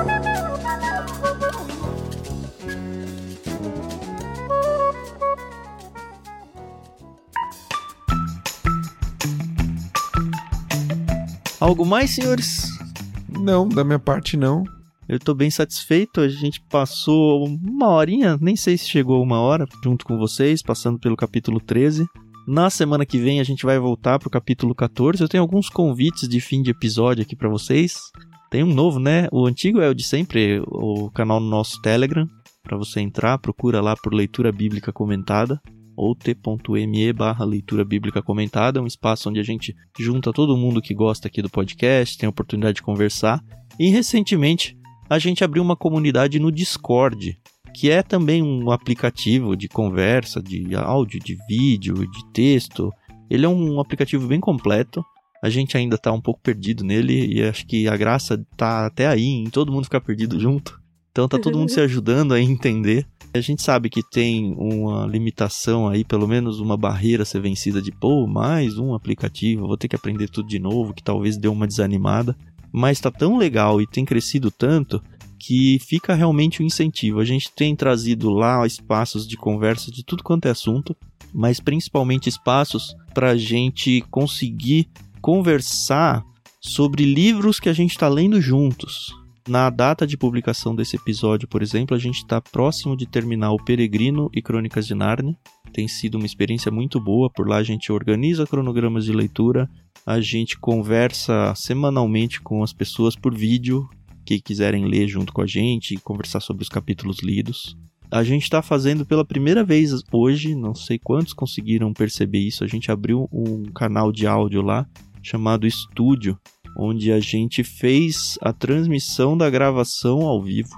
Algo mais, senhores? Não, da minha parte não. Eu tô bem satisfeito, a gente passou uma horinha, nem sei se chegou uma hora, junto com vocês, passando pelo capítulo treze. Na semana que vem a gente vai voltar pro capítulo catorze. Eu tenho alguns convites de fim de episódio aqui pra vocês. Tem um novo, né? O antigo é o de sempre, o canal no nosso Telegram. Pra você entrar, procura lá por Leitura Bíblica Comentada, ou t.me barra Leitura Bíblica Comentada. É um espaço onde a gente junta todo mundo que gosta aqui do podcast, tem a oportunidade de conversar. E recentemente a gente abriu uma comunidade no Discord, que é também um aplicativo de conversa, de áudio, de vídeo, de texto. Ele é um aplicativo bem completo. A gente ainda tá um pouco perdido nele e acho que a graça tá até aí, em todo mundo ficar perdido junto. Então tá todo mundo se ajudando a entender. A gente sabe que tem uma limitação aí, pelo menos uma barreira a ser vencida de, pô, mais um aplicativo, vou ter que aprender tudo de novo, que talvez dê uma desanimada. Mas tá tão legal e tem crescido tanto que fica realmente um incentivo. A gente tem trazido lá espaços de conversa de tudo quanto é assunto, mas principalmente espaços para a gente conseguir conversar sobre livros que a gente está lendo juntos. Na data de publicação desse episódio, por exemplo, a gente está próximo de terminar O Peregrino e Crônicas de Nárnia. Tem sido uma experiência muito boa. Por lá a gente organiza cronogramas de leitura, a gente conversa semanalmente com as pessoas por vídeo que quiserem ler junto com a gente e conversar sobre os capítulos lidos. A gente está fazendo pela primeira vez hoje, não sei quantos conseguiram perceber isso, a gente abriu um canal de áudio lá chamado Estúdio, onde a gente fez a transmissão da gravação ao vivo.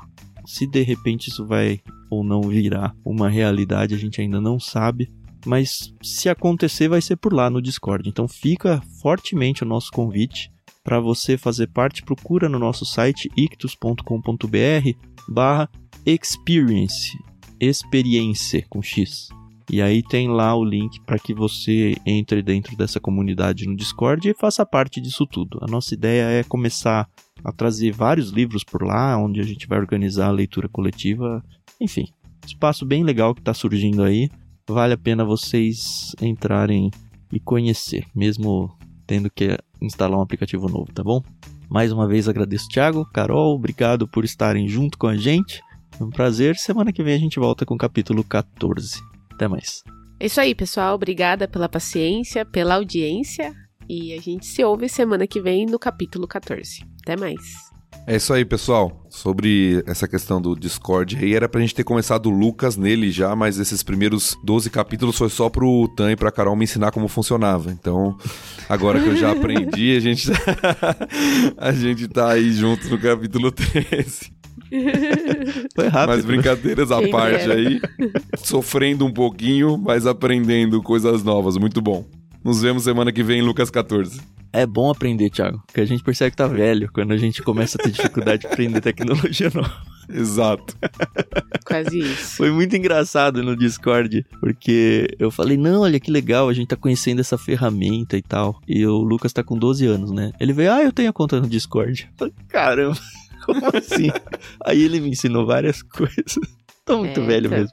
Se de repente isso vai ou não virar uma realidade, a gente ainda não sabe. Mas se acontecer, vai ser por lá no Discord. Então fica fortemente o nosso convite para você fazer parte. Procura no nosso site ictus ponto com ponto b r barra experience, experiência com X. E aí tem lá o link para que você entre dentro dessa comunidade no Discord e faça parte disso tudo. A nossa ideia é começar a trazer vários livros por lá, onde a gente vai organizar a leitura coletiva. Enfim, espaço bem legal que está surgindo aí. Vale a pena vocês entrarem e conhecer, mesmo tendo que instalar um aplicativo novo, tá bom? Mais uma vez agradeço, Thiago, Carol, obrigado por estarem junto com a gente. É um prazer. Semana que vem a gente volta com o capítulo catorze. Até mais. É isso aí, pessoal. Obrigada pela paciência, pela audiência. E a gente se ouve semana que vem no capítulo catorze. Até mais. É isso aí, pessoal. Sobre essa questão do Discord aí, era pra gente ter começado o Lucas nele já, mas esses primeiros doze capítulos foi só pro Tan e pra Carol me ensinar como funcionava. Então, agora que eu já aprendi, a gente, a gente tá aí junto no capítulo treze. Foi rápido. Mas brincadeiras à parte aí, sofrendo um pouquinho, mas aprendendo coisas novas, muito bom. Nos vemos semana que vem em Lucas catorze. É bom aprender, Thiago, porque a gente percebe que tá velho quando a gente começa a ter dificuldade de aprender tecnologia nova. Exato. Quase isso. Foi muito engraçado no Discord, porque eu falei, não, olha que legal, a gente tá conhecendo essa ferramenta e tal. E o Lucas tá com doze anos, né? Ele veio, ah, eu tenho a conta no Discord. Eu falei, caramba. Como assim? Aí ele me ensinou várias coisas. Tô muito é, velho então. mesmo.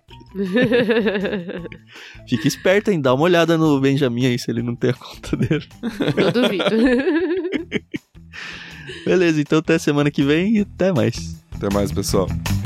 Fica esperto, hein? Dá uma olhada no Benjamin aí, se ele não tem a conta dele. Eu duvido. Beleza, então até semana que vem e até mais. Até mais, pessoal.